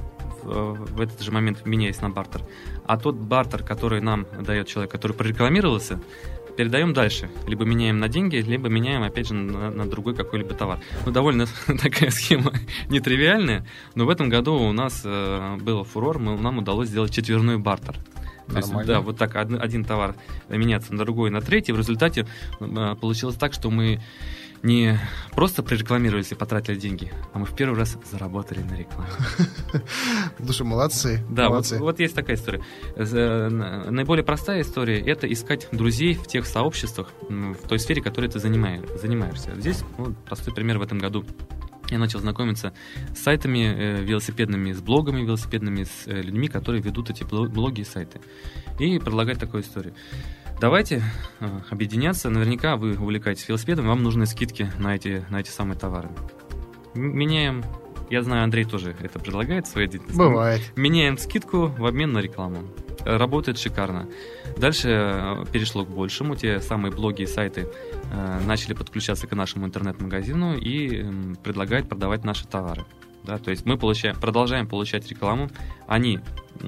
в этот же момент меняясь на бартер. А тот бартер, который нам дает человек, который прорекламировался, передаем дальше. Либо меняем на деньги, либо меняем, опять же, на другой какой-либо товар. Ну, довольно такая схема нетривиальная, но в этом году у нас был фурор, нам удалось сделать четверной бартер. То есть, да, вот так один товар меняться на другой, на третий. В результате получилось так, что мы не просто прорекламировались и потратили деньги, а мы в первый раз заработали на рекламе. Слушай, молодцы. Да, молодцы. Вот есть такая история. Наиболее простая история – это искать друзей в тех сообществах, в той сфере, которой ты занимаешься. Здесь простой пример. В этом году я начал знакомиться с сайтами велосипедными, с блогами велосипедными, с людьми, которые ведут эти блоги и сайты. И предлагать такую историю. Давайте объединяться. Наверняка вы увлекаетесь велосипедом, вам нужны скидки на эти самые товары. Меняем. Я знаю, Андрей тоже это предлагает в своей деятельности. Бывает. Меняем скидку в обмен на рекламу. Работает шикарно. Дальше перешло к большему. Те самые блоги и сайты начали подключаться к нашему интернет-магазину и предлагать продавать наши товары. Да, то есть мы продолжаем получать рекламу. Они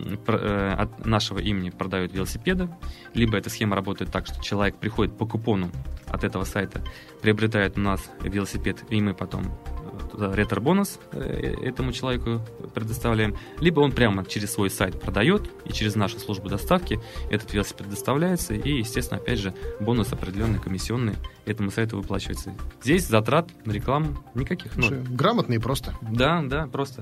от нашего имени продают велосипеды. Либо эта схема работает так, что человек приходит по купону от этого сайта, приобретает у нас велосипед, и мы потом ретро-бонус этому человеку предоставляем. Либо он прямо через свой сайт продает, и через нашу службу доставки этот велосипед доставляется, и, естественно, опять же, бонус определенный, комиссионный этому сайту выплачивается. Здесь затрат на рекламу никаких. Слушай, грамотно и просто. Да, просто.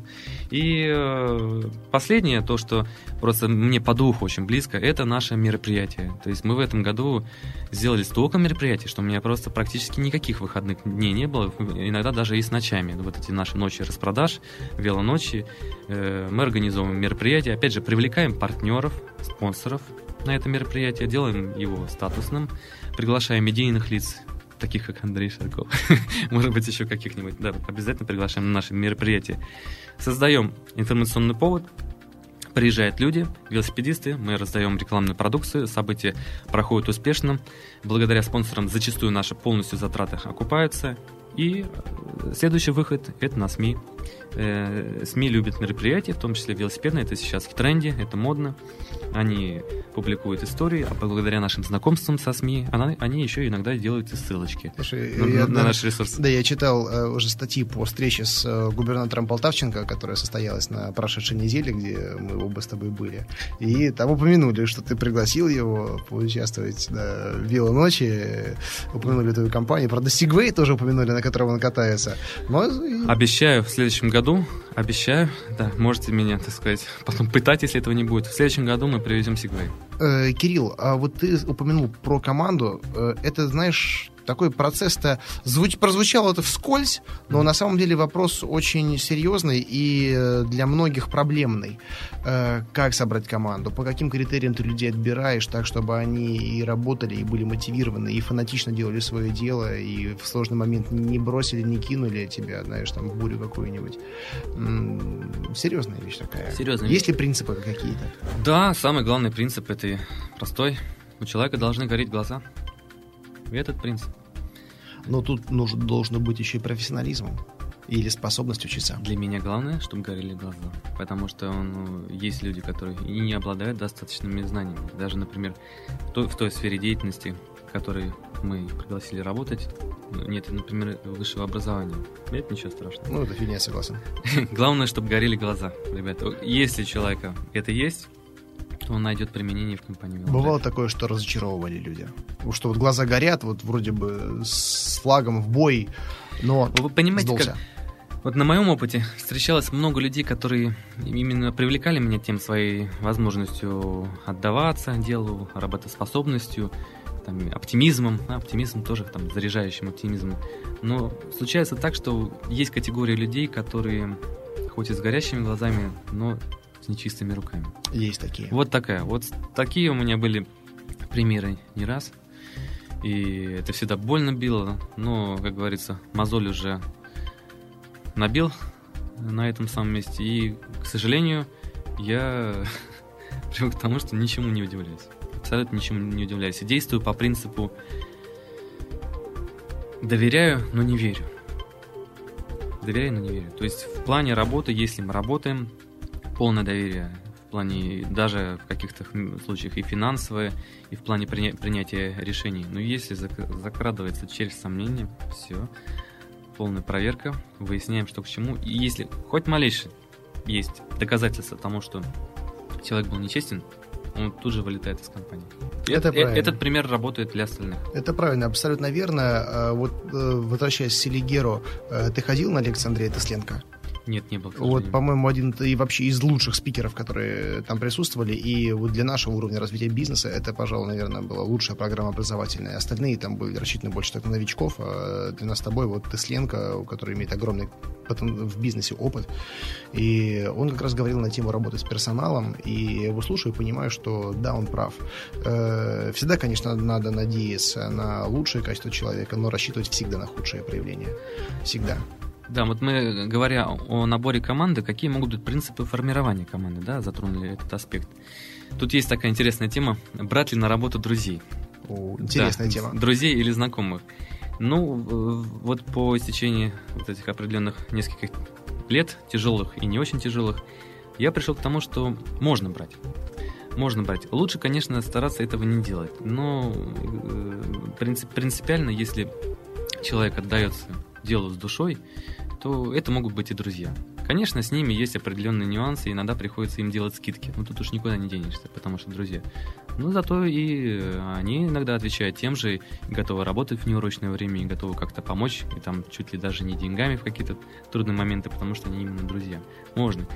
И последнее, то, что просто мне по духу очень близко, это наше мероприятие. То есть мы в этом году сделали столько мероприятий, что у меня просто практически никаких выходных дней не было, иногда даже и с ночами. Вот эти наши ночи распродаж, велоночи. Мы организовываем мероприятия, опять же, привлекаем партнеров, спонсоров на это мероприятие, делаем его статусным, приглашаем медийных лиц, таких как Андрей Шарков, может быть, еще каких-нибудь, да, обязательно приглашаем на наши мероприятия. Создаем информационный повод, приезжают люди, велосипедисты, мы раздаем рекламную продукцию, события проходят успешно, благодаря спонсорам зачастую наши полностью затраты окупаются, и следующий выход – это на СМИ. СМИ любят мероприятия, в том числе велосипедные, это сейчас в тренде, это модно. Они публикуют истории, а благодаря нашим знакомствам со СМИ они еще иногда делают и ссылочки. Слушай, на наш ресурс. Да, я читал уже статьи по встрече с губернатором Полтавченко, которая состоялась на прошедшей неделе, где мы оба с тобой были. И там упомянули, что ты пригласил его поучаствовать в велоночи, упомянули твою компанию. Правда, Segway тоже упомянули, на котором он катается. Обещаю, в следующем году, да, можете меня, так сказать, потом пытать, если этого не будет. В следующем году мы привезем Segway. Кирилл, а вот ты упомянул про команду. Это, знаешь, такой процесс-то прозвучало это вскользь, но на самом деле вопрос очень серьезный и для многих проблемный. Как собрать команду? По каким критериям ты людей отбираешь так, чтобы они и работали, и были мотивированы, и фанатично делали свое дело, и в сложный момент не бросили, не кинули тебя, знаешь, там, в бурю какую-нибудь. Серьезная вещь такая. Серьезная Есть ли принципы какие-то? Да, самый главный принцип это простой. У человека должны гореть глаза. И этот принцип. Но тут должен быть еще и профессионализм или способность учиться. Для меня главное, чтобы горели глаза. Потому что есть люди, которые и не обладают достаточными знаниями. Даже, например, в той сфере деятельности, в которой мы их пригласили работать, нет, например, высшего образования. Это ничего страшного. Это фигня, согласен. Главное, чтобы горели глаза, ребята. Если у человека это есть, то он найдет применение в компании. Бывало такое, что разочаровывали люди. Что вот глаза горят, вот вроде бы с флагом в бой, но вы понимаете, сдулся. как... Вот на моем опыте встречалось много людей, которые именно привлекали меня тем своей возможностью отдаваться делу, работоспособностью, там, оптимизмом. Оптимизм тоже там, заряжающим оптимизмом. Но случается так, что есть категория людей, которые хоть и с горящими глазами, но с нечистыми руками. Есть такие. Вот такие у меня были примеры не раз. И это всегда больно било, но, как говорится, мозоль уже набил на этом самом месте. И, к сожалению, я привык к тому, что ничему не удивляюсь. Абсолютно ничему не удивляюсь. И действую по принципу доверяю, но не верю. Доверяю, но не верю. То есть в плане работы, если мы работаем, полное доверие в плане даже в каких-то случаях и финансовое, и в плане принятия решений. Но если закрадывается через сомнение, все, полная проверка, выясняем, что к чему. И если хоть малейшее есть доказательство тому, что человек был нечестен, он тут же вылетает из компании. Этот пример работает для остальных. Это правильно, абсолютно верно. Вот возвращаясь к Селигеру, ты ходил на лекции Андрея Тесленко? Нет, не был. Вот, по-моему, один и вообще из лучших спикеров, которые там присутствовали. И вот для нашего уровня развития бизнеса это, пожалуй, наверное, была лучшая программа образовательная. Остальные там были рассчитаны больше так на новичков. А для нас с тобой вот Тесленко, который имеет огромный в бизнесе опыт. И он как раз говорил на тему работы с персоналом. И я его слушаю и понимаю, что да, он прав. Всегда, конечно, надо надеяться на лучшее качество человека, но рассчитывать всегда на худшее проявление. Всегда. Да, вот мы, говоря о наборе команды, какие могут быть принципы формирования команды, да, затронули этот аспект. Тут есть такая интересная тема, брать ли на работу друзей. Интересная тема. Друзей или знакомых. Вот по истечении вот этих определенных нескольких лет, тяжелых и не очень тяжелых, я пришел к тому, что можно брать. Можно брать. Лучше, конечно, стараться этого не делать, но принципиально, если человек отдается делу с душой, то это могут быть и друзья. Конечно, с ними есть определенные нюансы, иногда приходится им делать скидки. Тут уж никуда не денешься, потому что друзья. Но зато и они иногда отвечают тем же, и готовы работать в неурочное время, и готовы как-то помочь, и там чуть ли даже не деньгами в какие-то трудные моменты, потому что они именно друзья. Можно.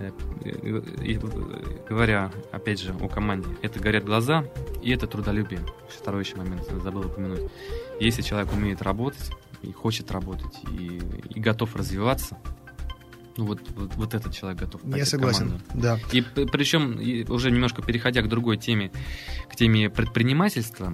И, говоря, опять же, о команде, это горят глаза, и это трудолюбие. Второй еще момент, забыл упомянуть. Если человек умеет работать, и хочет работать, и готов развиваться, вот этот человек готов. Я согласен, да. И причем, уже немножко переходя к другой теме, к теме предпринимательства,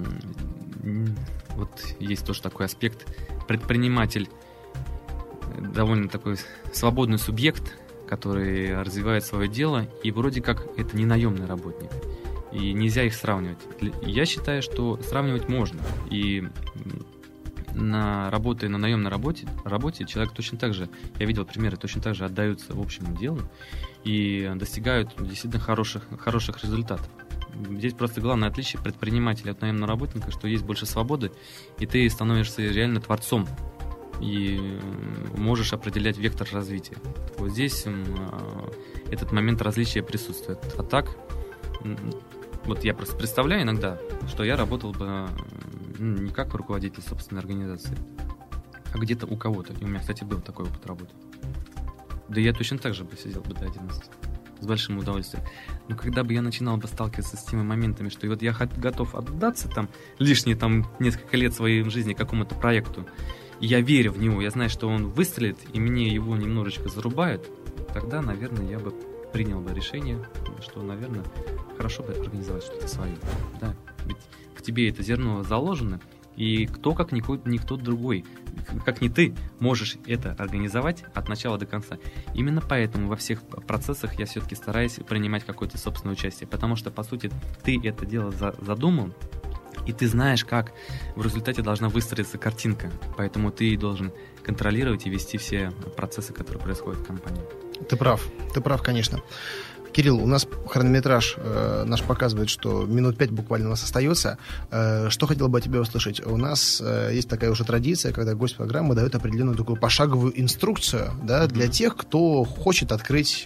вот есть тоже такой аспект. Предприниматель довольно такой свободный субъект, который развивает свое дело, и вроде как это не наемный работник. И нельзя их сравнивать. Я считаю, что сравнивать можно. И работая на наемной работе, человек точно так же, я видел примеры, точно так же отдаются общему делу и достигают действительно хороших результатов. Здесь просто главное отличие предпринимателя от наемного работника, что есть больше свободы, и ты становишься реально творцом и можешь определять вектор развития. Вот здесь этот момент различия присутствует. А так, вот я просто представляю иногда, что я работал бы не как руководитель собственной организации, а где-то у кого-то. И у меня, кстати, был такой опыт работы. Да я точно так же бы сидел бы до 11. С большим удовольствием. Но когда бы я начинал бы сталкиваться с теми моментами, что вот я готов отдаться там лишние там несколько лет своей жизни какому-то проекту, и я верю в него, я знаю, что он выстрелит, и мне его немножечко зарубают, тогда, наверное, я бы принял бы решение, что, наверное, хорошо бы организовать что-то свое. Да, ведь в тебе это зерно заложено, и кто, как никто другой, как не ты, можешь это организовать от начала до конца. Именно поэтому во всех процессах я все-таки стараюсь принимать какое-то собственное участие, потому что, по сути, ты это дело задумал, и ты знаешь, как в результате должна выстроиться картинка, поэтому ты должен контролировать и вести все процессы, которые происходят в компании. Ты прав, конечно. Кирилл, у нас хронометраж наш показывает, что минут 5 буквально у нас остается. Что хотел бы от тебя услышать? У нас есть такая уже традиция, когда гость программы дает определенную такую пошаговую инструкцию, да, для тех, кто хочет открыть,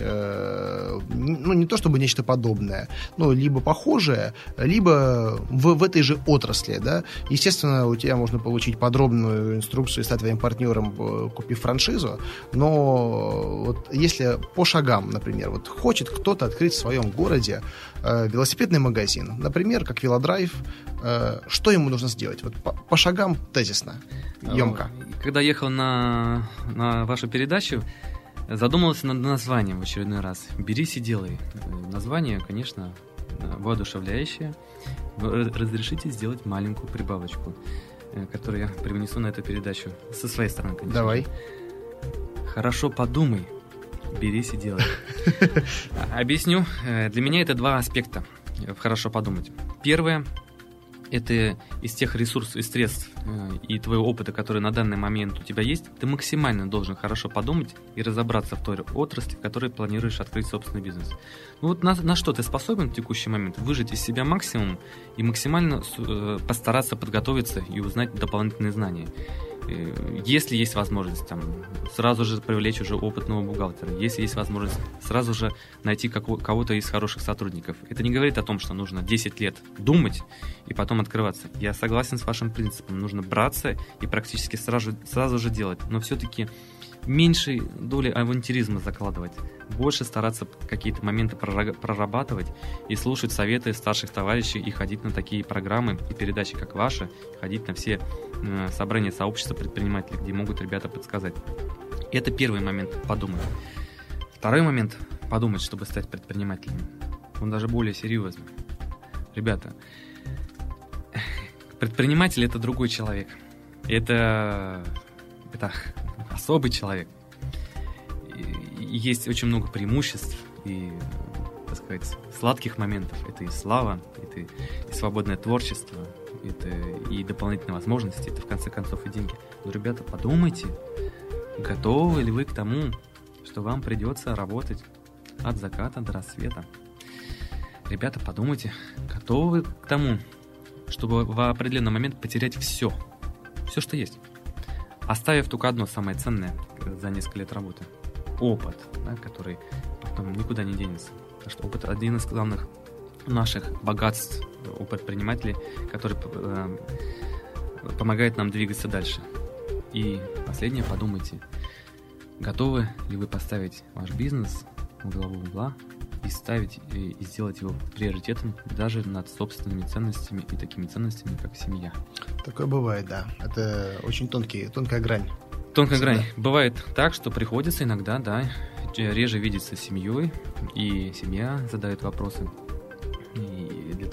не то чтобы нечто подобное, но либо похожее, либо в этой же отрасли. Да. Естественно, у тебя можно получить подробную инструкцию и стать твоим партнером, купив франшизу, но вот если по шагам, например, вот хочет кто-то открыть в своем городе велосипедный магазин, например, как Велодрайв, что ему нужно сделать? Вот по шагам тезисно, емко. Когда ехал на вашу передачу, задумался над названием в очередной раз. «Берись и делай». Название, конечно, воодушевляющее. Разрешите сделать маленькую прибавочку, которую я привнесу на эту передачу со своей стороны, конечно. Давай. Хорошо подумай. Берись и делай. Объясню. Для меня это два аспекта. Хорошо подумать. Первое – это из тех ресурсов и средств и твоего опыта, который на данный момент у тебя есть, ты максимально должен хорошо подумать и разобраться в той отрасли, в которой планируешь открыть собственный бизнес. Ну вот на что ты способен в текущий момент? Выжать из себя максимум и максимально постараться подготовиться и узнать дополнительные знания. Если есть возможность сразу же привлечь уже опытного бухгалтера, если есть возможность сразу же найти кого-то из хороших сотрудников. Это не говорит о том, что нужно 10 лет думать и потом открываться. Я согласен с вашим принципом. Нужно браться и практически сразу же делать. Но все-таки меньшей доли авантюризма закладывать. Больше стараться какие-то моменты прорабатывать и слушать советы старших товарищей и ходить на такие программы и передачи, как ваши, ходить на все собрания сообщества предпринимателей, где могут ребята подсказать. Это первый момент – подумать. Второй момент – подумать, чтобы стать предпринимателем. Он даже более серьезный. Ребята, предприниматель – это другой человек. Это особый человек. И есть очень много преимуществ и, так сказать, сладких моментов. Это и слава, это и свободное творчество, это и дополнительные возможности, это в конце концов и деньги. Но, ребята, подумайте, готовы ли вы к тому, что вам придется работать от заката до рассвета. Ребята, подумайте, готовы вы к тому, чтобы в определенный момент потерять все, что есть, оставив только одно самое ценное за несколько лет работы – опыт, да, который потом никуда не денется. Потому что опыт – один из главных наших богатств у предпринимателей, который помогает нам двигаться дальше. И последнее, подумайте, готовы ли вы поставить ваш бизнес во главу угла и ставить и сделать его приоритетом даже над собственными ценностями и такими ценностями, как семья. Такое бывает, да. Это очень тонкая грань. Тонкая грань. Бывает так, что приходится иногда, да, реже видеться с семьей, и семья задает вопросы. И для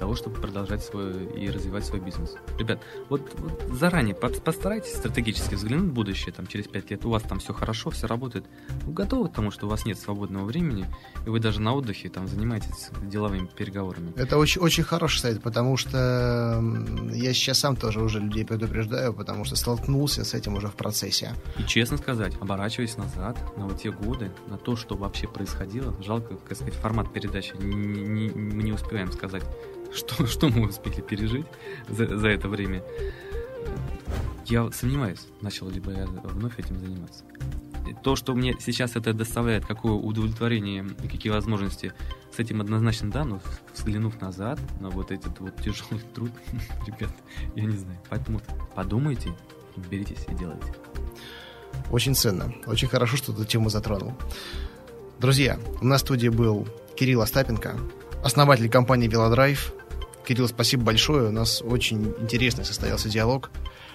того, чтобы продолжать и развивать свой бизнес. Ребят, вот заранее постарайтесь стратегически взглянуть в будущее, там, через 5 лет у вас там все хорошо, все работает. Вы готовы к тому, что у вас нет свободного времени, и вы даже на отдыхе там занимаетесь деловыми переговорами? Это очень, очень хороший совет, потому что я сейчас сам тоже уже людей предупреждаю, потому что столкнулся с этим уже в процессе. И честно сказать, оборачиваясь назад, на вот те годы, на то, что вообще происходило, жалко, так сказать, формат передачи, мы не успеваем сказать, что мы успели пережить за это время. Я сомневаюсь, начал ли бы я вновь этим заниматься. То, что мне сейчас это доставляет, какое удовлетворение и какие возможности, с этим однозначно да, но взглянув назад на вот этот вот тяжелый труд, ребят, я не знаю. Поэтому подумайте, беритесь и делайте. Очень ценно. Очень хорошо, что эту тему затронул. Друзья, у нас в студии был Кирилл Остапенко, основатель компании Велодрайв. Кирилл, спасибо большое. У нас очень интересный состоялся диалог.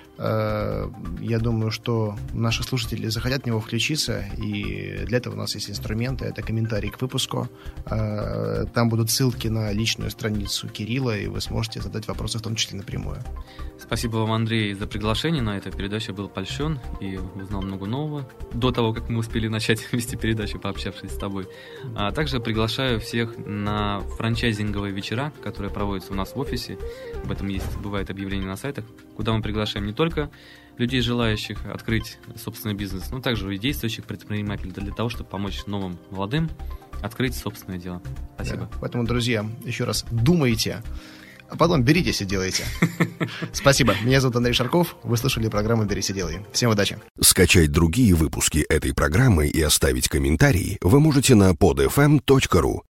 Я думаю, что наши слушатели захотят в него включиться, и для этого у нас есть инструменты. Это комментарий к выпуску. Там будут ссылки на личную страницу Кирилла, и вы сможете задать вопросы, в том числе напрямую. Спасибо вам, Андрей, за приглашение на эту передачу. Был польщен и узнал много нового до того, как мы успели начать вести передачу, пообщавшись с тобой. А также приглашаю всех на франчайзинговые вечера, которые проводятся у нас в офисе. Об этом бывает объявление на сайтах, куда мы приглашаем не только людей, желающих открыть собственный бизнес, но также и действующих предпринимателей для того, чтобы помочь новым молодым открыть собственное дело. Спасибо. Да, поэтому, друзья, еще раз думайте, а потом беритесь и делайте. Спасибо. Меня зовут Андрей Шарков. Вы слушали программу «Берись и делай». Всем удачи. Скачать другие выпуски этой программы и оставить комментарии вы можете на podfm.ru.